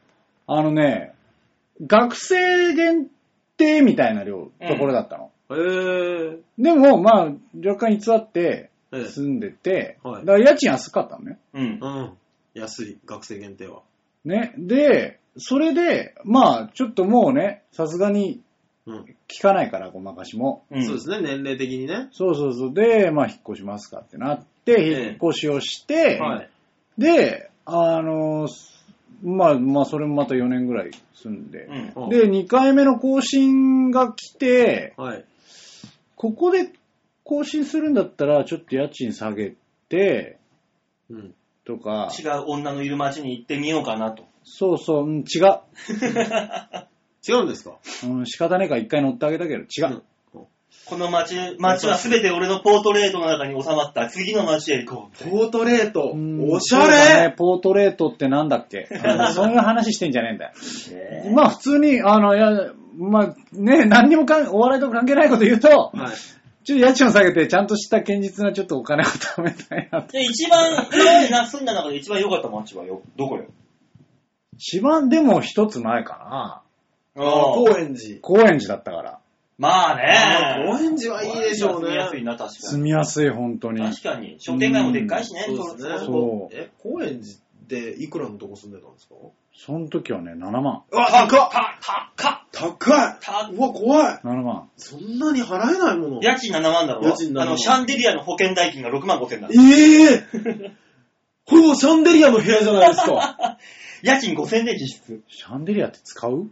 学生限定みたいなところだったの。でも、まあ、若干偽って住んでて、だから家賃安かったのね。 安い、学生限定は。 ね。で、それで、まあ、ちょっともうね、さすがに、聞かないから、ごまかしも。 そうですね、年齢的にね。 そう。で、まあ、引っ越しますかってなって、引っ越しをして、で、まあ、それもまた4年ぐらい住んで、で、2回目の更新が来て、ここで更新するんだったら、ちょっと家賃下げて、とか。 違う女のいる町に行ってみようかなと。 そう、違う。 違うんですか？ 仕方ねえから一回乗ってあげたけど、違う。 この町はすべて俺のポートレートの中に収まった次の町へ行こう。 ポートレート。おしゃれ、 ね、ポートレートってなんだっけそういう話してんじゃねえんだよ。まあ普通に、まあね、何にもお笑いと関係ないこと言うと、ちょっと家賃を下げてちゃんとした堅実なちょっとお金を貯めたいなと。 一番、今まで住んだ中で一番良かった町はどこよ？ 一番でも一つ前かな。高円寺。 高円寺だったから。 まあね。 高円寺はいいでしょうね。 住みやすいな、確かに。 住みやすい、本当に。 確かに。商店街もでっかいしね。 そうですね。 そう。 高円寺っていくらのとこ住んでたんですか？ その時はね、7万。 高いうわ、怖い。 7万。 そんなに払えないもの。 家賃7万だろ？ 家賃7万。 シャンデリアの保険代金が6万5千だ。 ほぼシャンデリアの部屋じゃないですか。 家賃5000で実質。 シャンデリアって使う？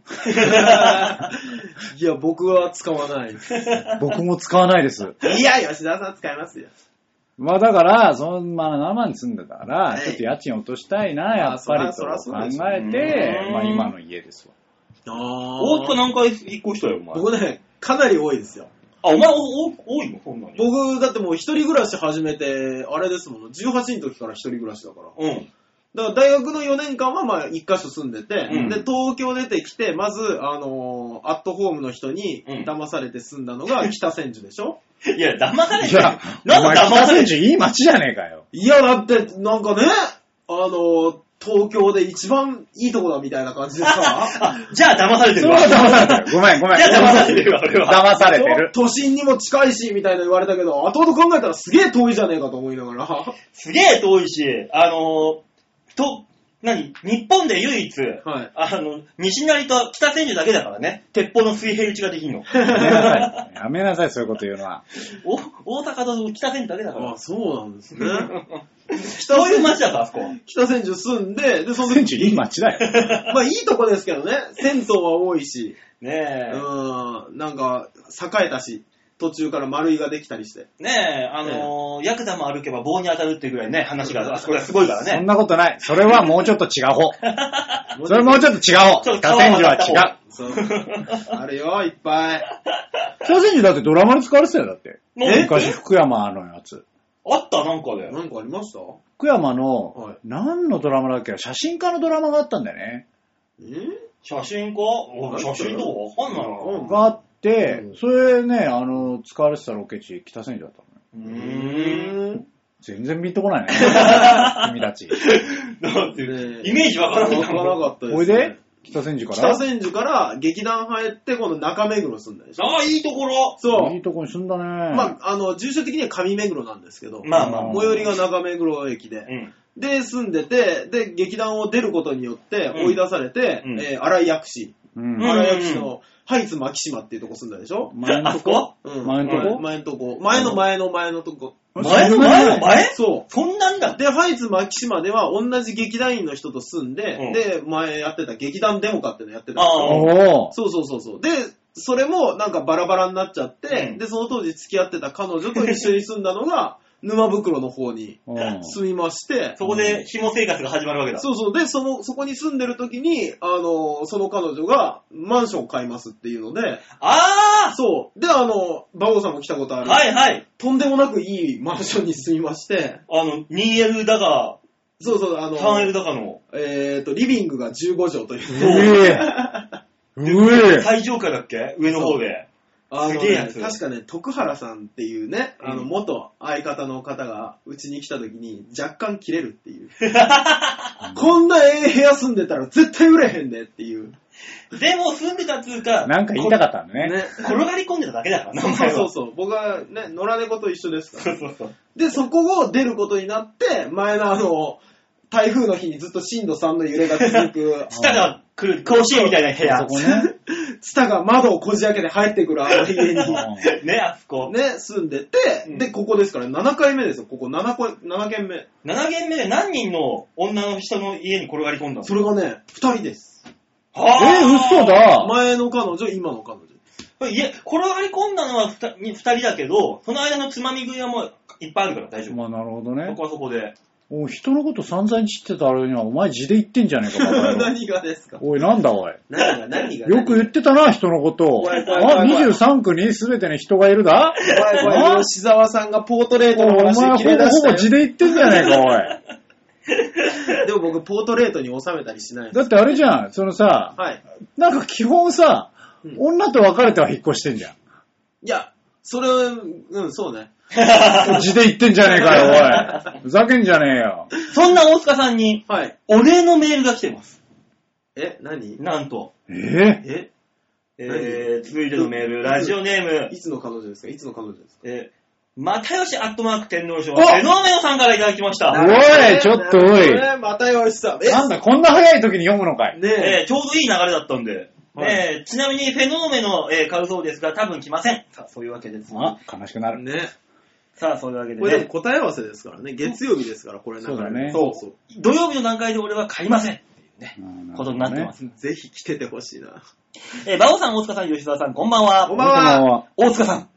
いや、僕は使わない。 僕も使わないです。 いや、吉田さん使いますよ。 まあだから、まあ生に住んでたから、ちょっと家賃落としたいな、やっぱりと考えて、まあ今の家ですわ。 大塚何回引っ越したよ、お前。 僕ね、かなり多いですよ。 あ、お前多いのそんなに。 僕、だってもう一人暮らし始めて、あれですもん、18の時から一人暮らしだから。 うん。 だから大学の4年間はまあ一箇所住んでて、で、東京出てきて、まず、アットホームの人に騙されて住んだのが北千住でしょ？ いや、騙されていや、なんか北千住いい街じゃねえかよ。 いや、だって、なんかね、東京で一番いいとこだみたいな感じでさ。 じゃあ騙されてるわ。 そう騙されてる。ごめん。 じゃあ騙されてるわ、俺は。 騙されてる。 都心にも近いし、みたいな言われたけど、後々考えたらすげえ遠いじゃねえかと思いながら。 すげえ遠いし、日本で唯一、 はい、 西成と北千住だけだからね、鉄砲の水平打ちができんの。 やめなさい、そういうこと言うのは。 大阪と北千住だけだから。 あ、そうなんですね。 そういう街だから、あそこ。 北千住住んで、で、 その千住いい街だよ。まあいいとこですけどね、銭湯は多いし。 ねえ。 なんか、栄えたし。途中から丸いができたりして。 ねえ、ヤクザも歩けば棒に当たるっていうぐらいね、話が、あそこがすごいからね。 そんなことない。それはもうちょっと違う方。それもうちょっと違う方。北千住は違う。 そう。あるよ、いっぱい。 北千住だってドラマに使われてたよ、だって。昔福山のやつ。 あったなんかで。 なんかありました？ 福山の、何のドラマだっけ？写真家のドラマがあったんだよね。 写真家？写真とかわかんないな。 があって、それね、使われてたロケ地、北千住だったのね。全然ピンとこないね。君たち。 だって、イメージわからなかったです。 おいで北千住から北千住から劇団入って、この中目黒住んだでしょ。 ああ、いいところ。 そう。 いいとこに住んだね。 まあ、住所的には上目黒なんですけど、 まあまあ。 最寄りが中目黒駅で。で、住んでて、で、劇団を出ることによって追い出されて、新井薬師。新井薬師のハイツ牧島っていうとこ住んだでしょ？ 前のとこ？ 前のとこ？ 前のとこ。前の前のとこ。 前の前？ そう。 そんなんだ。 で、ハイツ牧島では同じ劇団員の人と住んで、で、前やってた劇団デモカっていうのやってた。そう。で、それもなんかバラバラになっちゃって、で、その当時付き合ってた彼女と一緒に住んだのが、沼袋の方に住みまして、 そこで紐生活が始まるわけだ。 そう。で、そこに住んでる時に、その彼女がマンションを買いますっていうので、そう。で、馬王さんも来たことある。 はい。 とんでもなくいいマンションに住みまして、 2L だが、 そう、 3L だかの。 リビングが15畳という。 最上階だっけ？上の方で。すげえやつ。 確かね、徳原さんっていうね、元相方の方がうちに来た時に若干切れるっていう。こんな部屋住んでたら絶対売れへんでっていう。 でも住んでたっつうか、 なんか言いたかったんだね。 転がり込んでただけだからな。 そう。僕はね、野良猫と一緒ですから。 そう。 で、そこを出ることになって、前の台風の日にずっと震度3の揺れが続く。 ツタが来る、甲子園みたいな部屋。 そこね。 ツタが窓をこじ開けて入ってくる家に。 ね、あそこ。 ね、住んでて、で、ここですから、7回目ですよ。ここ7軒目。 7軒目で何人の女の人の家に転がり込んだの？ それがね、2人です。 嘘だ。 前の彼女、今の彼女。 いえ、転がり込んだのは2人だけど、その間のつまみ食いはもういっぱいあるから大丈夫。 まあなるほどね。 そこはそこで。 人のこと散々に知ってたあれには、お前字で言ってんじゃねえか、 何がですか？ おい、なんだおい。 何がよく言ってたな、人のことを。23区に全てに人がいるだ？ 怖い。吉沢さんがポートレートの話で切れ出したよ。 お前ほぼ字で言ってんじゃねえか、おい。 でも僕、ポートレートに収めたりしない。 だってあれじゃん、さ、なんか基本さ、女と別れては引っ越してんじゃん。 いや、それ、そうね。 字で言ってんじゃねえかよ、おい。ふざけんじゃねえよ。 そんな大塚さんに、お礼のメールが来てます。 何？ なんと。 続いてのメール、ラジオネーム。 いつの彼女ですか？ 又吉アットマーク天皇賞、フェノーメオさんからいただきました。 おい、ちょっとおい。 又吉さん。 なんだ、こんな早い時に読むのかい。 ちょうどいい流れだったんで。ちなみにフェノーメの、買うそうですが、多分来ません。さあ、そういうわけです。 悲しくなる。 ね。 さあ、そういうわけでね。 これでも答え合わせですからね。月曜日ですから、これそうだね。 そう。土曜日の段階で俺は買いません。っていうね、ことになってます。 ぜひ来ててほしいな。 馬王さん、大塚さん、吉沢さん、こんばんは。 こんばんは。 大塚さん。 はい。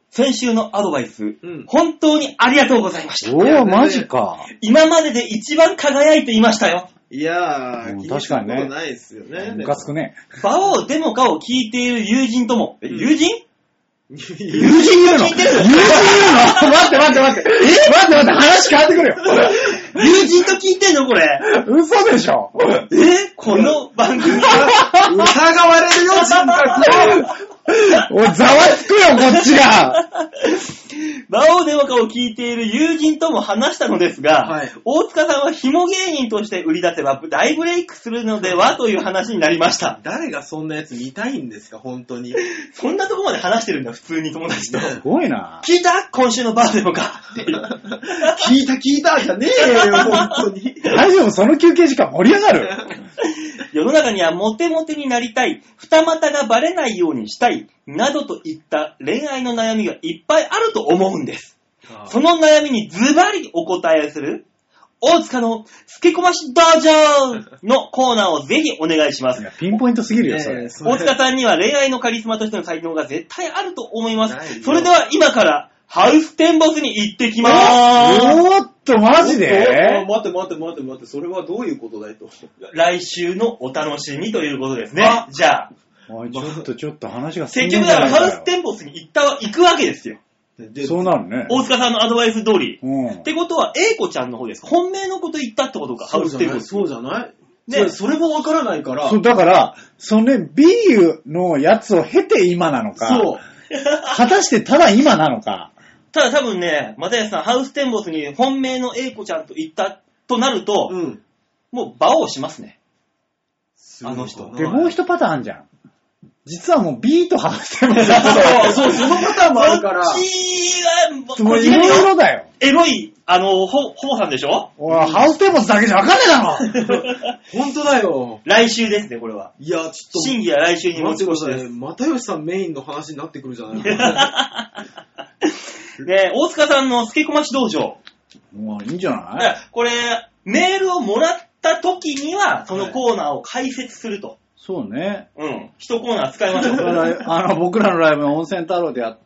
先週のアドバイス、本当にありがとうございました。 おー、マジか。 今までで一番輝いていましたよ。 いやー、 確かにね。 ないですよね。 ムカつくね。 バオデモカを聞いている友人とも、友人友人言うの友人言うの待って待って待って。待って待って、話変わってくるよ。 友人と聞いてんのこれ。 嘘でしょ。 この番組疑われるよ、人格。 おい、ざわつくよ、こっちが。 バオデモカを聞いている友人とも話したのですが、はい、大塚さんは紐芸人として売り出せば大ブレイクするのではという話になりました。 誰がそんなやつ見たいんですか、本当に。 そんなとこまで話してるんだ、普通に友達と。 すごいな。 聞いた今週のバーデモカ。 聞いたじゃねえよ、本当に。 大丈夫、その休憩時間盛り上がる。 世の中にはモテモテになりたい、二股がバレないようにしたい、などといった恋愛の悩みがいっぱいあると思うんです。その悩みにズバリお答えする、大塚のスケコマシ道場のコーナーをぜひお願いします。 ピンポイントすぎるよ、それ。 大塚さんには恋愛のカリスマとしての才能が絶対あると思います。それでは今からハウステンボスに行ってきまーす。 おーっと、マジで待って、それはどういうことだいと。 来週のお楽しみということですね。じゃあ。 ちょっと話が結局だからハウステンボスに行くわけですよ。 そうなるね。 大塚さんのアドバイス通り。ってことは、英子ちゃんの方です。本命のこと言ったってことか、ハウステンボス。 そうじゃないで、それもわからないから。 そう、だから、そのね、B のやつを経て今なのか。そう。果たしてただ今なのか。 ただ多分ね、又吉さん、ハウステンボスに本命の英子ちゃんと言ったとなると、もう馬王しますね。あの人。 で、もう一パターンあるじゃん。実はもう B とハウステンボス。 そう、そのパターンもあるから。 こっちが、 いろいろだよ。 エロい、ホウさんでしょ？ ハウステンボスだけじゃわかんねえだろ。本当だよ。 来週ですね、これは。 いや、ちょっと。 審議は来週に持ち越しです。 又吉さんメインの話になってくるじゃないですか。ね、大塚さんのスケコマ指導場。 もういいんじゃない？ これ、メールをもらった時には、そのコーナーを解説すると。 そうね。 一コーナー使いましょう。 僕らのライブの温泉太郎でやった、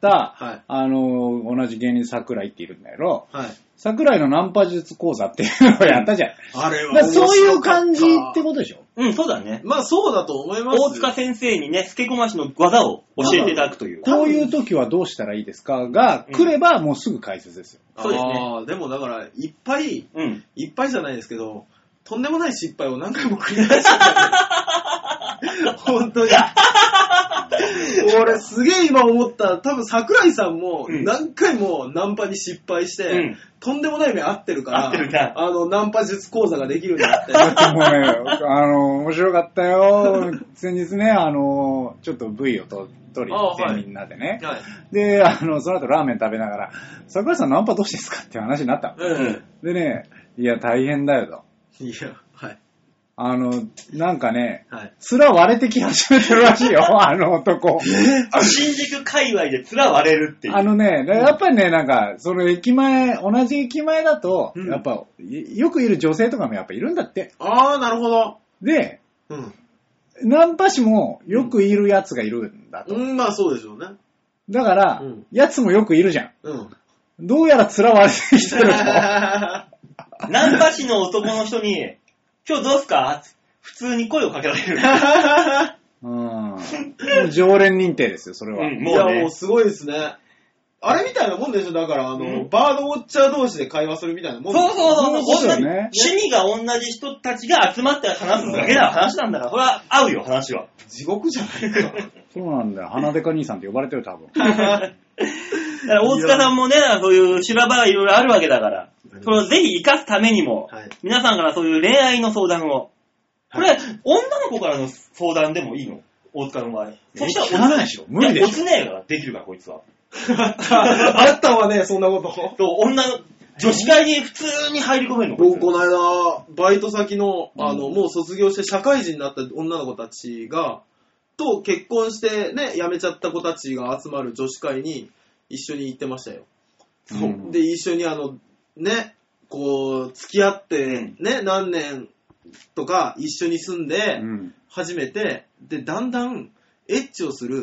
同じ芸人桜井っているんだけど、桜井のナンパ術講座っていうのをやったじゃん。 あれはそういう感じってことでしょ？ そうだね。 まあそうだと思います。 大塚先生にね、スケコマ師の技を教えていただくという。 こういう時はどうしたらいいですかが来ればもうすぐ解説ですよ。 そうですね。 でもだから、いっぱいじゃないですけど、とんでもない失敗を何回も繰り返してた。本当に。俺すげえ今思った。多分桜井さんも何回もナンパに失敗して、とんでもない目合ってるから、ナンパ術講座ができるんだって。 だってもうね、面白かったよ。先日ね、ちょっと V を取りに行ってみんなでね。で、その後ラーメン食べながら、桜井さんナンパどうしてですかっていう話になった。でね、いや大変だよと。 いや、はい。 なんかね、面割れてき始めてるらしいよ、あの男。 新宿界隈で面割れるっていう。 やっぱりね、なんか、その駅前、同じ駅前だと、やっぱ、よくいる女性とかもやっぱいるんだって。 あー、なるほど。 で、ナンパ師もよくいるやつがいるんだと。 まあそうでしょうね。 だから、やつもよくいるじゃん。どうやら面割れてきてると。 ナンパ師の男の人に、今日どうすか普通に声をかけられる。 もう常連認定ですよ、それは。 もうすごいですね。あれみたいなもんでしょ、だからバードウォッチャー同士で会話するみたいなもん。 そう。趣味が同じ人たちが集まって話すだけな話なんだから、それは合うよ、話は。 地獄じゃないか。 そうなんだよ。花デカ兄さんって呼ばれてる、多分。 だから大塚さんもね、そういう修羅場がいろいろあるわけだから、それをぜひ活かすためにも、皆さんからそういう恋愛の相談を、これ、女の子からの相談でもいいの？大塚の場合。そしたら、 ないでしょ。無理でしょ。 おつねえからできるから、こいつは。 あったわね、そんなこと。 そう、女子会に普通に入り込めるの。 僕、この間、バイト先の、もう卒業して社会人になった女の子たちが、と結婚してね、辞めちゃった子たちが集まる女子会に一緒に行ってましたよ。で、一緒にね、こう、付き合って、ね、何年とか一緒に住んで、初めて、で、だんだん、エッチをする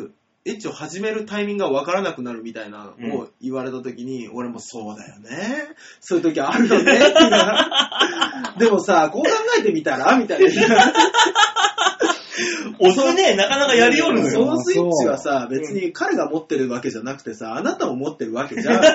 エッチを始めるタイミングがわからなくなるみたいなのを言われた時に、俺もそうだよね。そういう時あるよね。って言いながらでもさ、こう考えてみたらみたいな。 押すね、なかなかやりよるのよ。 そのスイッチはさ、別に彼が持ってるわけじゃなくてさ、あなたも持ってるわけじゃん。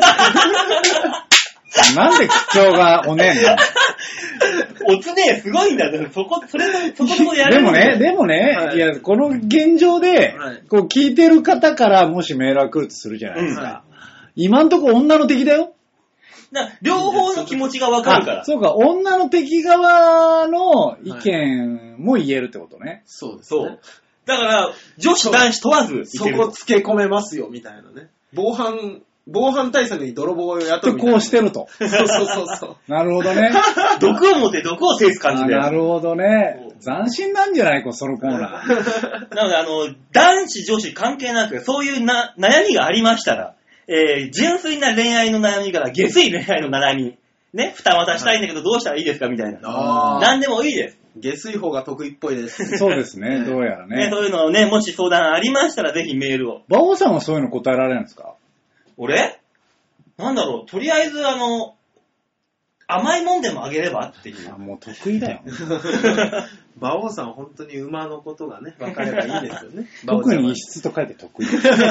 なんで口調がおねんな。 押すね、すごいんだよ。そこやるでもね、 はい、 いや、この現状で、 はい、 こう聞いてる方からもしメールが来るとするじゃないですか。今んとこ女の敵だよ。 両方の気持ちがわかるから。 そうか、女の敵側の意見も言えるってことね。 そうですね。そう。 だから、女子男子問わずそこつけ込めますよ、みたいなね。防犯対策に泥棒を雇うみたいな。 こうしてると。 そう。 なるほどね。 毒を持って毒を制す感じで。 なるほどね。斬新なんじゃないそのコーナー。なので、男子女子関係なく、そういう悩みがありましたら、純粋な恋愛の悩みから下水恋愛の悩み、ね、二股したいんだけどどうしたらいいですかみたいな。何でもいいです。 下水法が得意っぽいです。 そうですね、どうやらね。 そういうのをね、もし相談ありましたらぜひメールを。 馬王さんはそういうの答えられるんですか？ 俺なんだろう、とりあえず甘いもんでもあげればっていう。 もう得意だよ。 馬王さんは本当に馬のことがね、分かればいいですよね。 特に異質と書いて得意。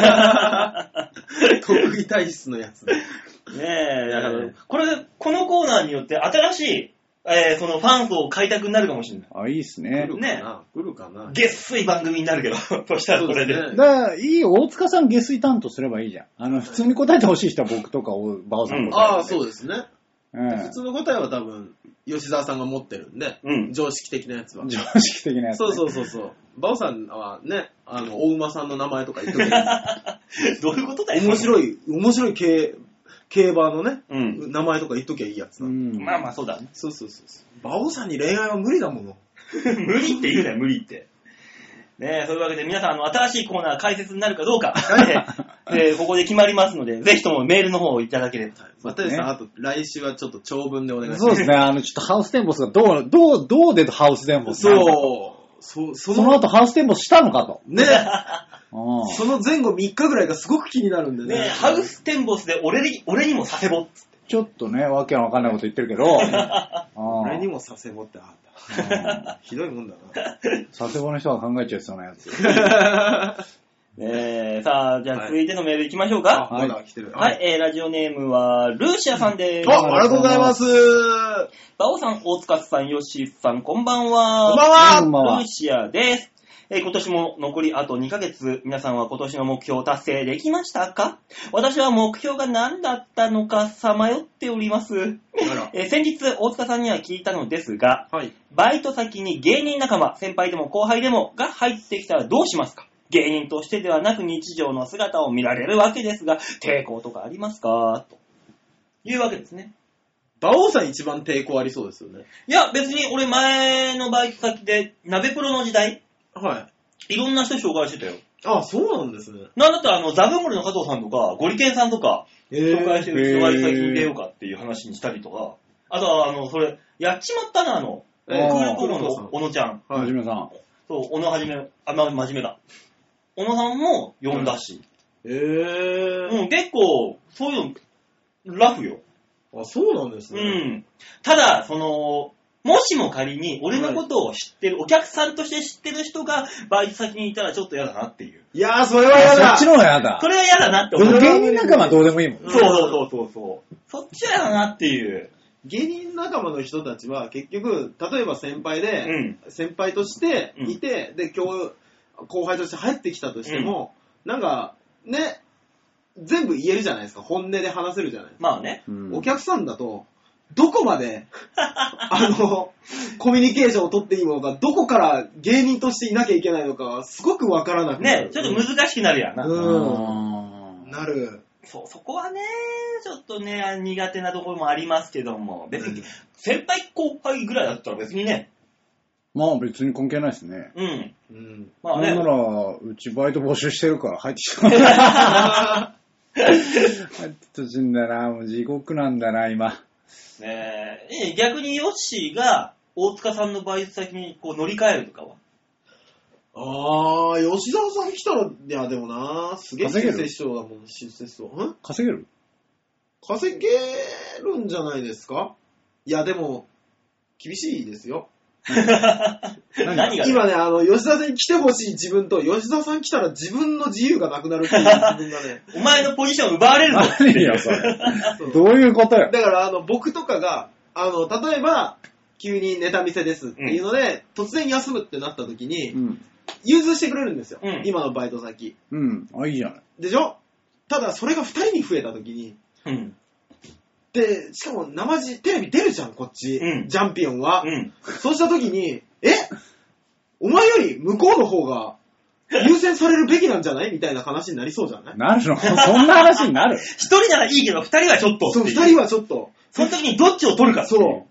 得意体質のやつね。 ねえ、だからこのコーナーによって新しい、そのファン層を開拓になるかもしれない。 あ、いいっすね。 来るかな。 下水番組になるけど、そしたらこれで。 だからいいよ、大塚さん下水担当すればいいじゃん。普通に答えてほしい人は僕とか馬王さん答えて。 ああ、そうですね。普通の答えは多分、吉沢さんが持ってるんで、常識的なやつは。 常識的なやつ、 ね。そう。馬王さんはね、お馬さんの名前とか言っとけばいい。 どういうことだよ。 面白い競馬のね、名前とか言っときゃいいやつなんまあそうだね。 そう。馬王さんに恋愛は無理だもの。 無理って言うなよ、無理って。ねえ、そういうわけで皆さん新しいコーナー解説になるかどうか、ここで決まりますので、ぜひともメールの方をいただければ。 またですね、あと来週はちょっと長文でお願いします。 そうですね、ちょっとハウステンボスがどうでハウステンボスなのか。その後ハウステンボスしたのかと。 ね。その前後3日ぐらいがすごく気になるんでね。 ハウステンボスで俺にも佐世保っつって。 ちょっとね、わけわかんないこと言ってるけど。 俺にも佐世保ってあった。ひどいもんだな。 佐世保の人が考えちゃいそうなやつ。 さあ、じゃあ続いてのメール行きましょうか。 まだ来てる。 はい、ラジオネームは、ルーシアさんです。 ありがとうございます。 バオさん、大塚さん、ヨッシーさん、こんばんは。 こんばんは。 ルーシアです。今年も残りあと2ヶ月、皆さんは今年の目標達成できましたか？私は目標が何だったのかさまよっております。先日、大塚さんには聞いたのですが、バイト先に芸人仲間、先輩でも後輩でもが入ってきたらどうしますか？芸人としてではなく日常の姿を見られるわけですが、抵抗とかありますか？というわけですね。 馬王さん一番抵抗ありそうですよね。 いや、別に俺前のバイト先で、鍋プロの時代、いろんな人紹介してたよ。 あ、そうなんですね。 なんだったらザブングルの加藤さんとか、ゴリケンさんとか、紹介してる人バイト先に出ようかっていう話にしたりとか、あとはそれ、やっちまったな、クールポコの小野ちゃん。 はじめさん。 そう、小野はじめ、真面目だ。小野さんも呼んだし。結構、そういうの、ラフよ。 あ、そうなんですね。 ただ、もしも仮に俺のことを知ってる、お客さんとして知ってる人がバイト先にいたらちょっと嫌だなっていう。 いやー、それは嫌だ。 そっちの方が嫌だ。 それは嫌だなって思う。 芸人仲間はどうでもいいもん。 そう。そっちは嫌だなっていう。 芸人仲間の人たちは結局、例えば先輩で、先輩としていて、で、今日、後輩として入ってきたとしても、なんか、ね、全部言えるじゃないですか。本音で話せるじゃないですか。 まあね。 お客さんだと、どこまで、コミュニケーションを取っていいものか、どこから芸人としていなきゃいけないのか、すごくわからなくなる。 ね、ちょっと難しくなるやんな。 なる。 そこはね、ちょっとね、苦手なところもありますけども、別に、先輩後輩ぐらいだったら別にね。 まあ別に関係ないですね。 まあね。 なんなら、うちバイト募集してるから入ってきた。入ってほしいんだな、もう地獄なんだな、今。 逆にヨッシーが大塚さんのバイト先にこう乗り換えるとかは吉沢さん来たら、いやでもな、すげえ出世しそうだもん、出世しそう。 稼げるんじゃないですか？いやでも、厳しいですよ。 何が今ね、吉沢さんに来てほしい自分と、吉沢さん来たら自分の自由がなくなるっていう自分がね。 お前のポジション奪われるぞ。 何よ、それ。どういうことよ。 だから僕とかが、例えば、急にネタ見せですっていうので、突然休むってなった時に、融通してくれるんですよ。今のバイト先。 いいじゃない。 でしょ？ただ、それが2人に増えた時に、で、しかもテレビ出るじゃん、こっち。ジャンピオンは。そうした時に、お前より向こうの方が優先されるべきなんじゃないみたいな話になりそうじゃない？ なるの？そんな話になる？ 一人ならいいけど、二人はちょっと。 そう、二人はちょっと。 その時にどっちを取るか。 そう。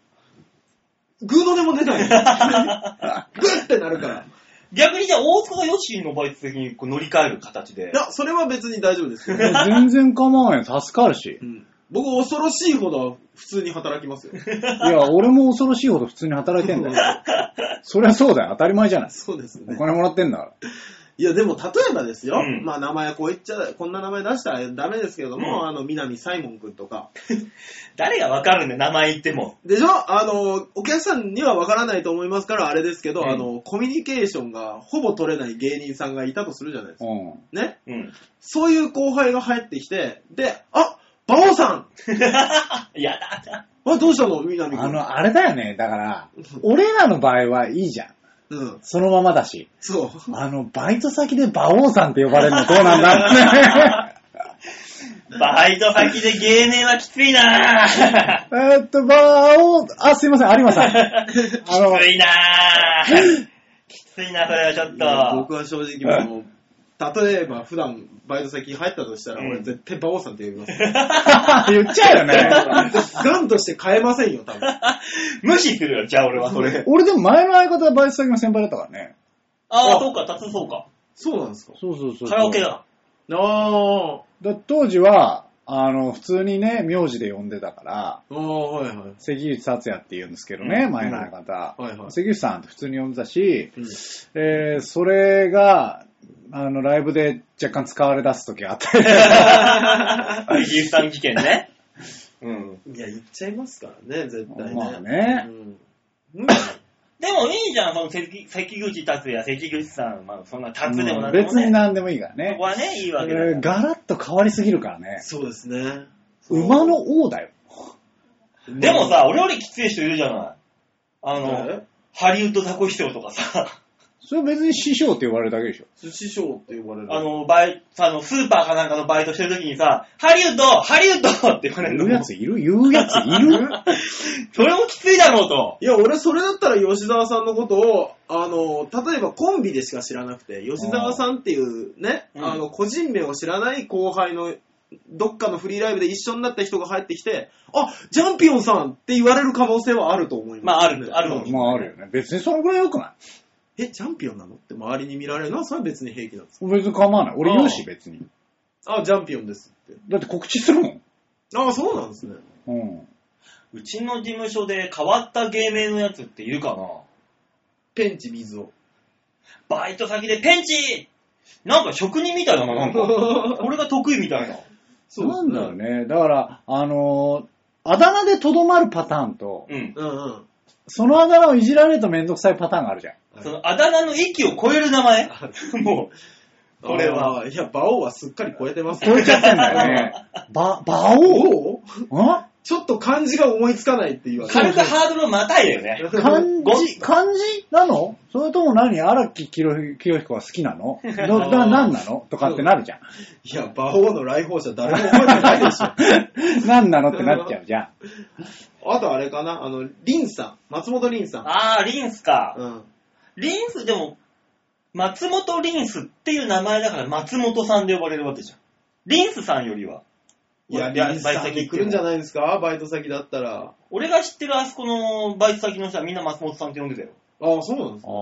グーの音も出ない。グッってなるから。 逆にじゃあ、大塚がヨッシーのバイト的に乗り換える形で。 いや、それは別に大丈夫ですよ。 全然構わんよ。助かるし。 僕、恐ろしいほど普通に働きますよ。 いや、俺も恐ろしいほど普通に働いてんだよ。そりゃそうだよ。当たり前じゃない。 そうですね。 お金もらってんだから。 いや、でも、例えばですよ。まあ、名前こんな名前出したらダメですけれども、南サイモン君とか。 誰がわかるんだよ、名前言っても。 でしょ？お客さんにはわからないと思いますから、あれですけど、コミュニケーションがほぼ取れない芸人さんがいたとするじゃないですか。ね？そういう後輩が入ってきて、で、馬王さんやだ。 どうしたの南君。 あれだよね。だから、俺らの場合はいいじゃん。そのままだし。 そう。 バイト先で馬王さんって呼ばれるのどうなんだって。 バイト先で芸名はきついな馬王、すいません、有馬さん。 きついなきついな、それはちょっと。 僕は正直例えば普段バイト先入ったとしたら、俺絶対馬王さんって呼びます。 言っちゃうよね。 ガンとして変えませんよ、多分。 無視するよ、じゃあ俺はそれ。 俺でも前の相方はバイト先の先輩だったからね。 そうか、そうか。 そうなんですか？ そう。 カラオケだ。 当時は、普通にね、名字で呼んでたから、関口達也って言うんですけどね、前の相方。関口さんって普通に呼んでたし、それが、ライブで若干使われ出すときあったり。 関口さん事件ね。 いや、言っちゃいますからね、絶対ね。 まあね。 でもいいじゃん、その関口達也、関口さん、そんな達でもなんでもね。 別になんでもいいからね。 そこはね、いいわけだから。 ガラッと変わりすぎるからね。 そうですね。 馬の王だよ。 でもさ、俺よりきつい人いるじゃない。ハリウッドザコシショウとかさ。 それ別に師匠って呼ばれるだけでしょ。 師匠って呼ばれる。 スーパーかなんかのバイトしてるときにさ、ハリウッドって言われるの。 言うやついるそれもきついだろうと。 いや、俺それだったら吉沢さんのことを、例えばコンビでしか知らなくて、吉沢さんっていうね、個人名を知らない後輩の、どっかのフリーライブで一緒になった人が入ってきて、ジャンピオンさんって言われる可能性はあると思います。 あるもんね。 あるよね。別にそのぐらい良くない？ ジャンピオンなのって周りに見られるのは、それは別に平気なんですか？ 別に構わない。俺言うし、別に。 ジャンピオンですって。 だって告知するもん。 そうなんですね。 うちの事務所で変わった芸名のやつっているかな？ ペンチ水尾。 バイト先でペンチなんか職人みたいだな、なんか。これが得意みたいな。 そうなんだよね。だから、あだ名でとどまるパターンと、そのあだ名をいじられるとめんどくさいパターンがあるじゃん。 そのあだ名の域を超える名前もう、これは。 いや、馬王はすっかり超えてます超えちゃってんだよね。馬王ちょっと漢字が思いつかないって言われて。 軽くハードルをまたいだよね。 漢字なの？それとも荒木清彦が好きなの？何なのとかってなるじゃん。 いや、馬王の来訪者誰も覚えてないでしょ。 何なのってなっちゃうじゃん。 あとあれかな、リンさん。松本リンさん。 リンスか。リンス、でも、松本リンスっていう名前だから松本さんで呼ばれるわけじゃん。リンスさんよりは。 いや、リンスさんに来るんじゃないですか？バイト先だったら。 俺が知ってるあそこのバイト先の人はみんな松本さんって呼んでたよ。 そうなんですか？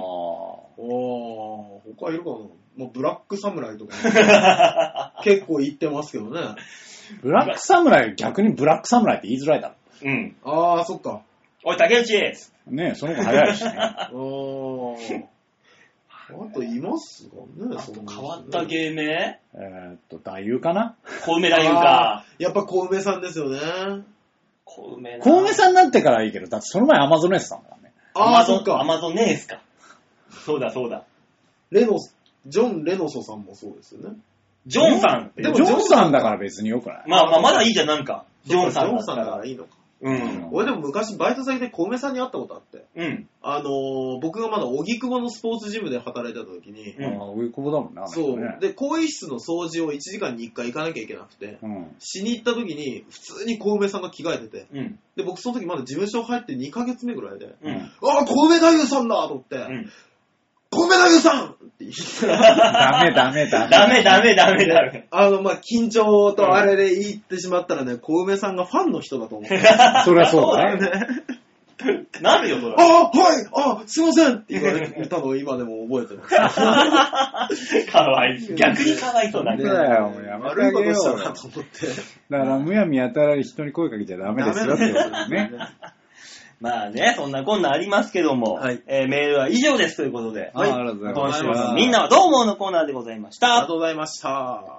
他いるかな？もうブラックサムライとか、ね、結構言ってますけどね。 ブラックサムライ、逆にブラックサムライって言いづらいだろ。 そっか。 おい、竹内ねえ、その子早いしね。 といますかね。 あと変わった芸名太夫かな。 小梅太夫か。 やっぱ小梅さんですよね。 小梅さんになってからはいいけど、だってその前アマゾネスさんだからね。 そっか。 アマゾネースか。そうだ。 ジョン・レノソさんもそうですよね。 ジョンさんって。 でもジョンさんだから別によくない？ まあまだいいじゃん、なんか。ジョンさんだからいいのか。 うん。 俺でも昔バイト先で小梅さんに会ったことあって。 うん。 僕がまだ荻窪のスポーツジムで働いてた時に。 荻窪だもんな。 そう。で、更衣室の掃除を1時間に1回行かなきゃいけなくて、しに行った時に普通に小梅さんが着替えてて、で、僕その時まだ事務所入って2ヶ月目ぐらいで、小梅太夫さんだと思って、小梅太夫さんって言って。 ダメ。 緊張とあれで言ってしまったらね、小梅さんがファンの人だと思って。 そりゃそうだね。 なるよ、それ。 すいませんって言われたのを今でも覚えてます。 かわいい。逆にかわいそうなんだよ。もうやめてあげようよ。 悪いことしたなと思って。 だからむやみやたらに人に声かけちゃダメですよってことですね。 まあね、そんなこんなありますけども、メールは以上ですということで、 ありがとうございます。 今週はみんなはどう思うのコーナーでございました。 ありがとうございました。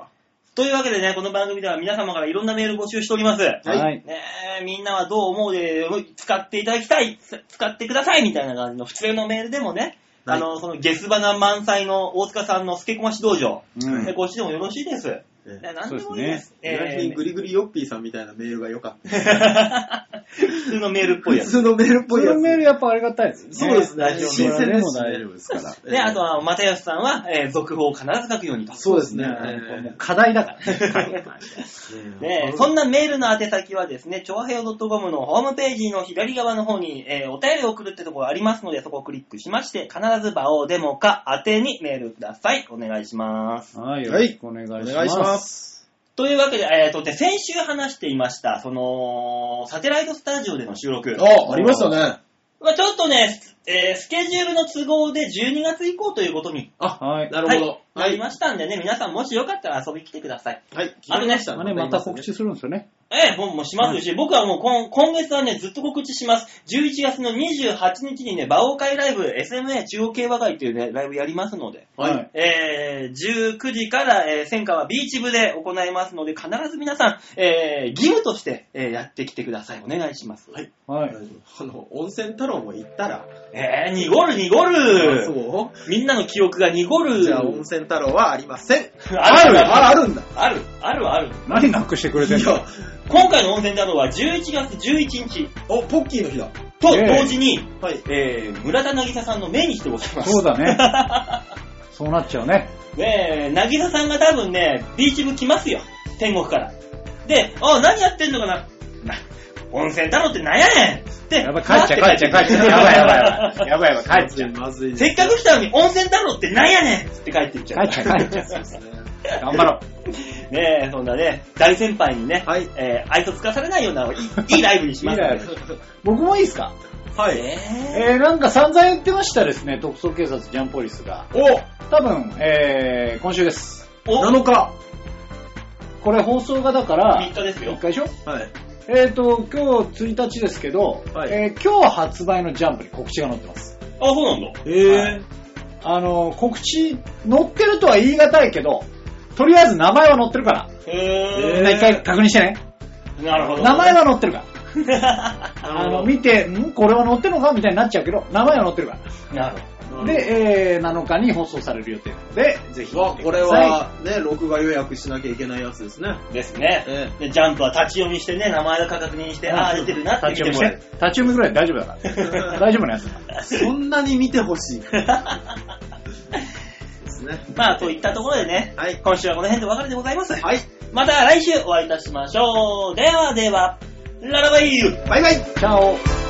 というわけでね、この番組では皆様からいろんなメール募集しております。みんなはどう思うで使っていただきたい、使ってくださいみたいな感じの普通のメールでもね、そのゲス花満載の大塚さんのスケコマ指導場、こっちでもよろしいです。何でもいいです。 グリグリヨッピーさんみたいなメールが良かった。 普通のメールっぽいやつ。 普通のメールっぽいやつ。 普通のメールやっぱありがたいですね。 そうですね。 新鮮でも大丈夫ですから。 で、あとは、又吉さんは、続報を必ず書くようにと。 そうですね。 課題だからね。そんなメールの宛先はですね、ちょわへよ .com のホームページの左側の方に、お便りを送るってところありますので、そこをクリックしまして、必ず場をデモか宛てにメールください。お願いします。 はい、よろしくお願いします。 というわけで、先週話していました、サテライトスタジオでの収録。 ありましたね。 ちょっとね、スケジュールの都合で12月以降ということに。 なるほど。 なりましたんでね、皆さんもしよかったら遊びに来てください。 はい。 あとね、 また告知するんですよね。 もうしますし、僕はもう今月はね、ずっと告知します。11月の28日にね、馬王会ライブ、SMA 中央競馬会というね、ライブやりますので、19時から、千川ビーチ部で行いますので、必ず皆さん、義務として、やってきてください。お願いします。はい。 温泉太郎も行ったら。 濁る。 そう？ みんなの記憶が濁る。 じゃあ温泉太郎はありません。 あるんだ。ある。 何なくしてくれてんの？ 今回の温泉太郎は11月11日。 ポッキーの日だ。 と同時に、村田渚さんの命日でございます。 そうだね。そうなっちゃうね。 渚さんが多分ね、ビーチ部来ますよ。天国から。で、何やってんのかな。温泉太郎ってなんやねんって。 やばい、帰っちゃう。やばい、帰っちゃう。 まずい。 せっかく来たのに温泉太郎ってなんやねんって帰っていっちゃう。 帰っちゃう。頑張ろう。ねえ、そんなね、大先輩にね、愛想つかされないようないいライブにします。 僕もいいですか？ はい。 なんか散々言ってましたですね、特捜警察ジャンポリスが。多分、今週です。 7日。 これ放送がだから、 3日ですよ。 3日でしょ？ はい。 今日1日ですけど、今日発売のジャンプに告知が載ってます。 そうなんだ。告知載ってるとは言い難いけど、とりあえず名前は載ってるから。一回確認してね。 なるほど。 名前は載ってるから。見て、これは載ってるのかみたいになっちゃうけど、名前は載ってるから。 なるほど。 で、7日に放送される予定なので、ぜひ。 これはね、録画予約しなきゃいけないやつですね。 ですね。でジャンプは立ち読みしてね、名前の確認して、出てるなって見てもらえる。 立ち読みぐらい大丈夫だから。大丈夫なやつだ。 そんなに見てほしい。 といったところでね、今週はこの辺でお別れでございます。 はい。 また来週お会いいたしましょう。ではでは、ララバイ！ バイバイ！ チャオ！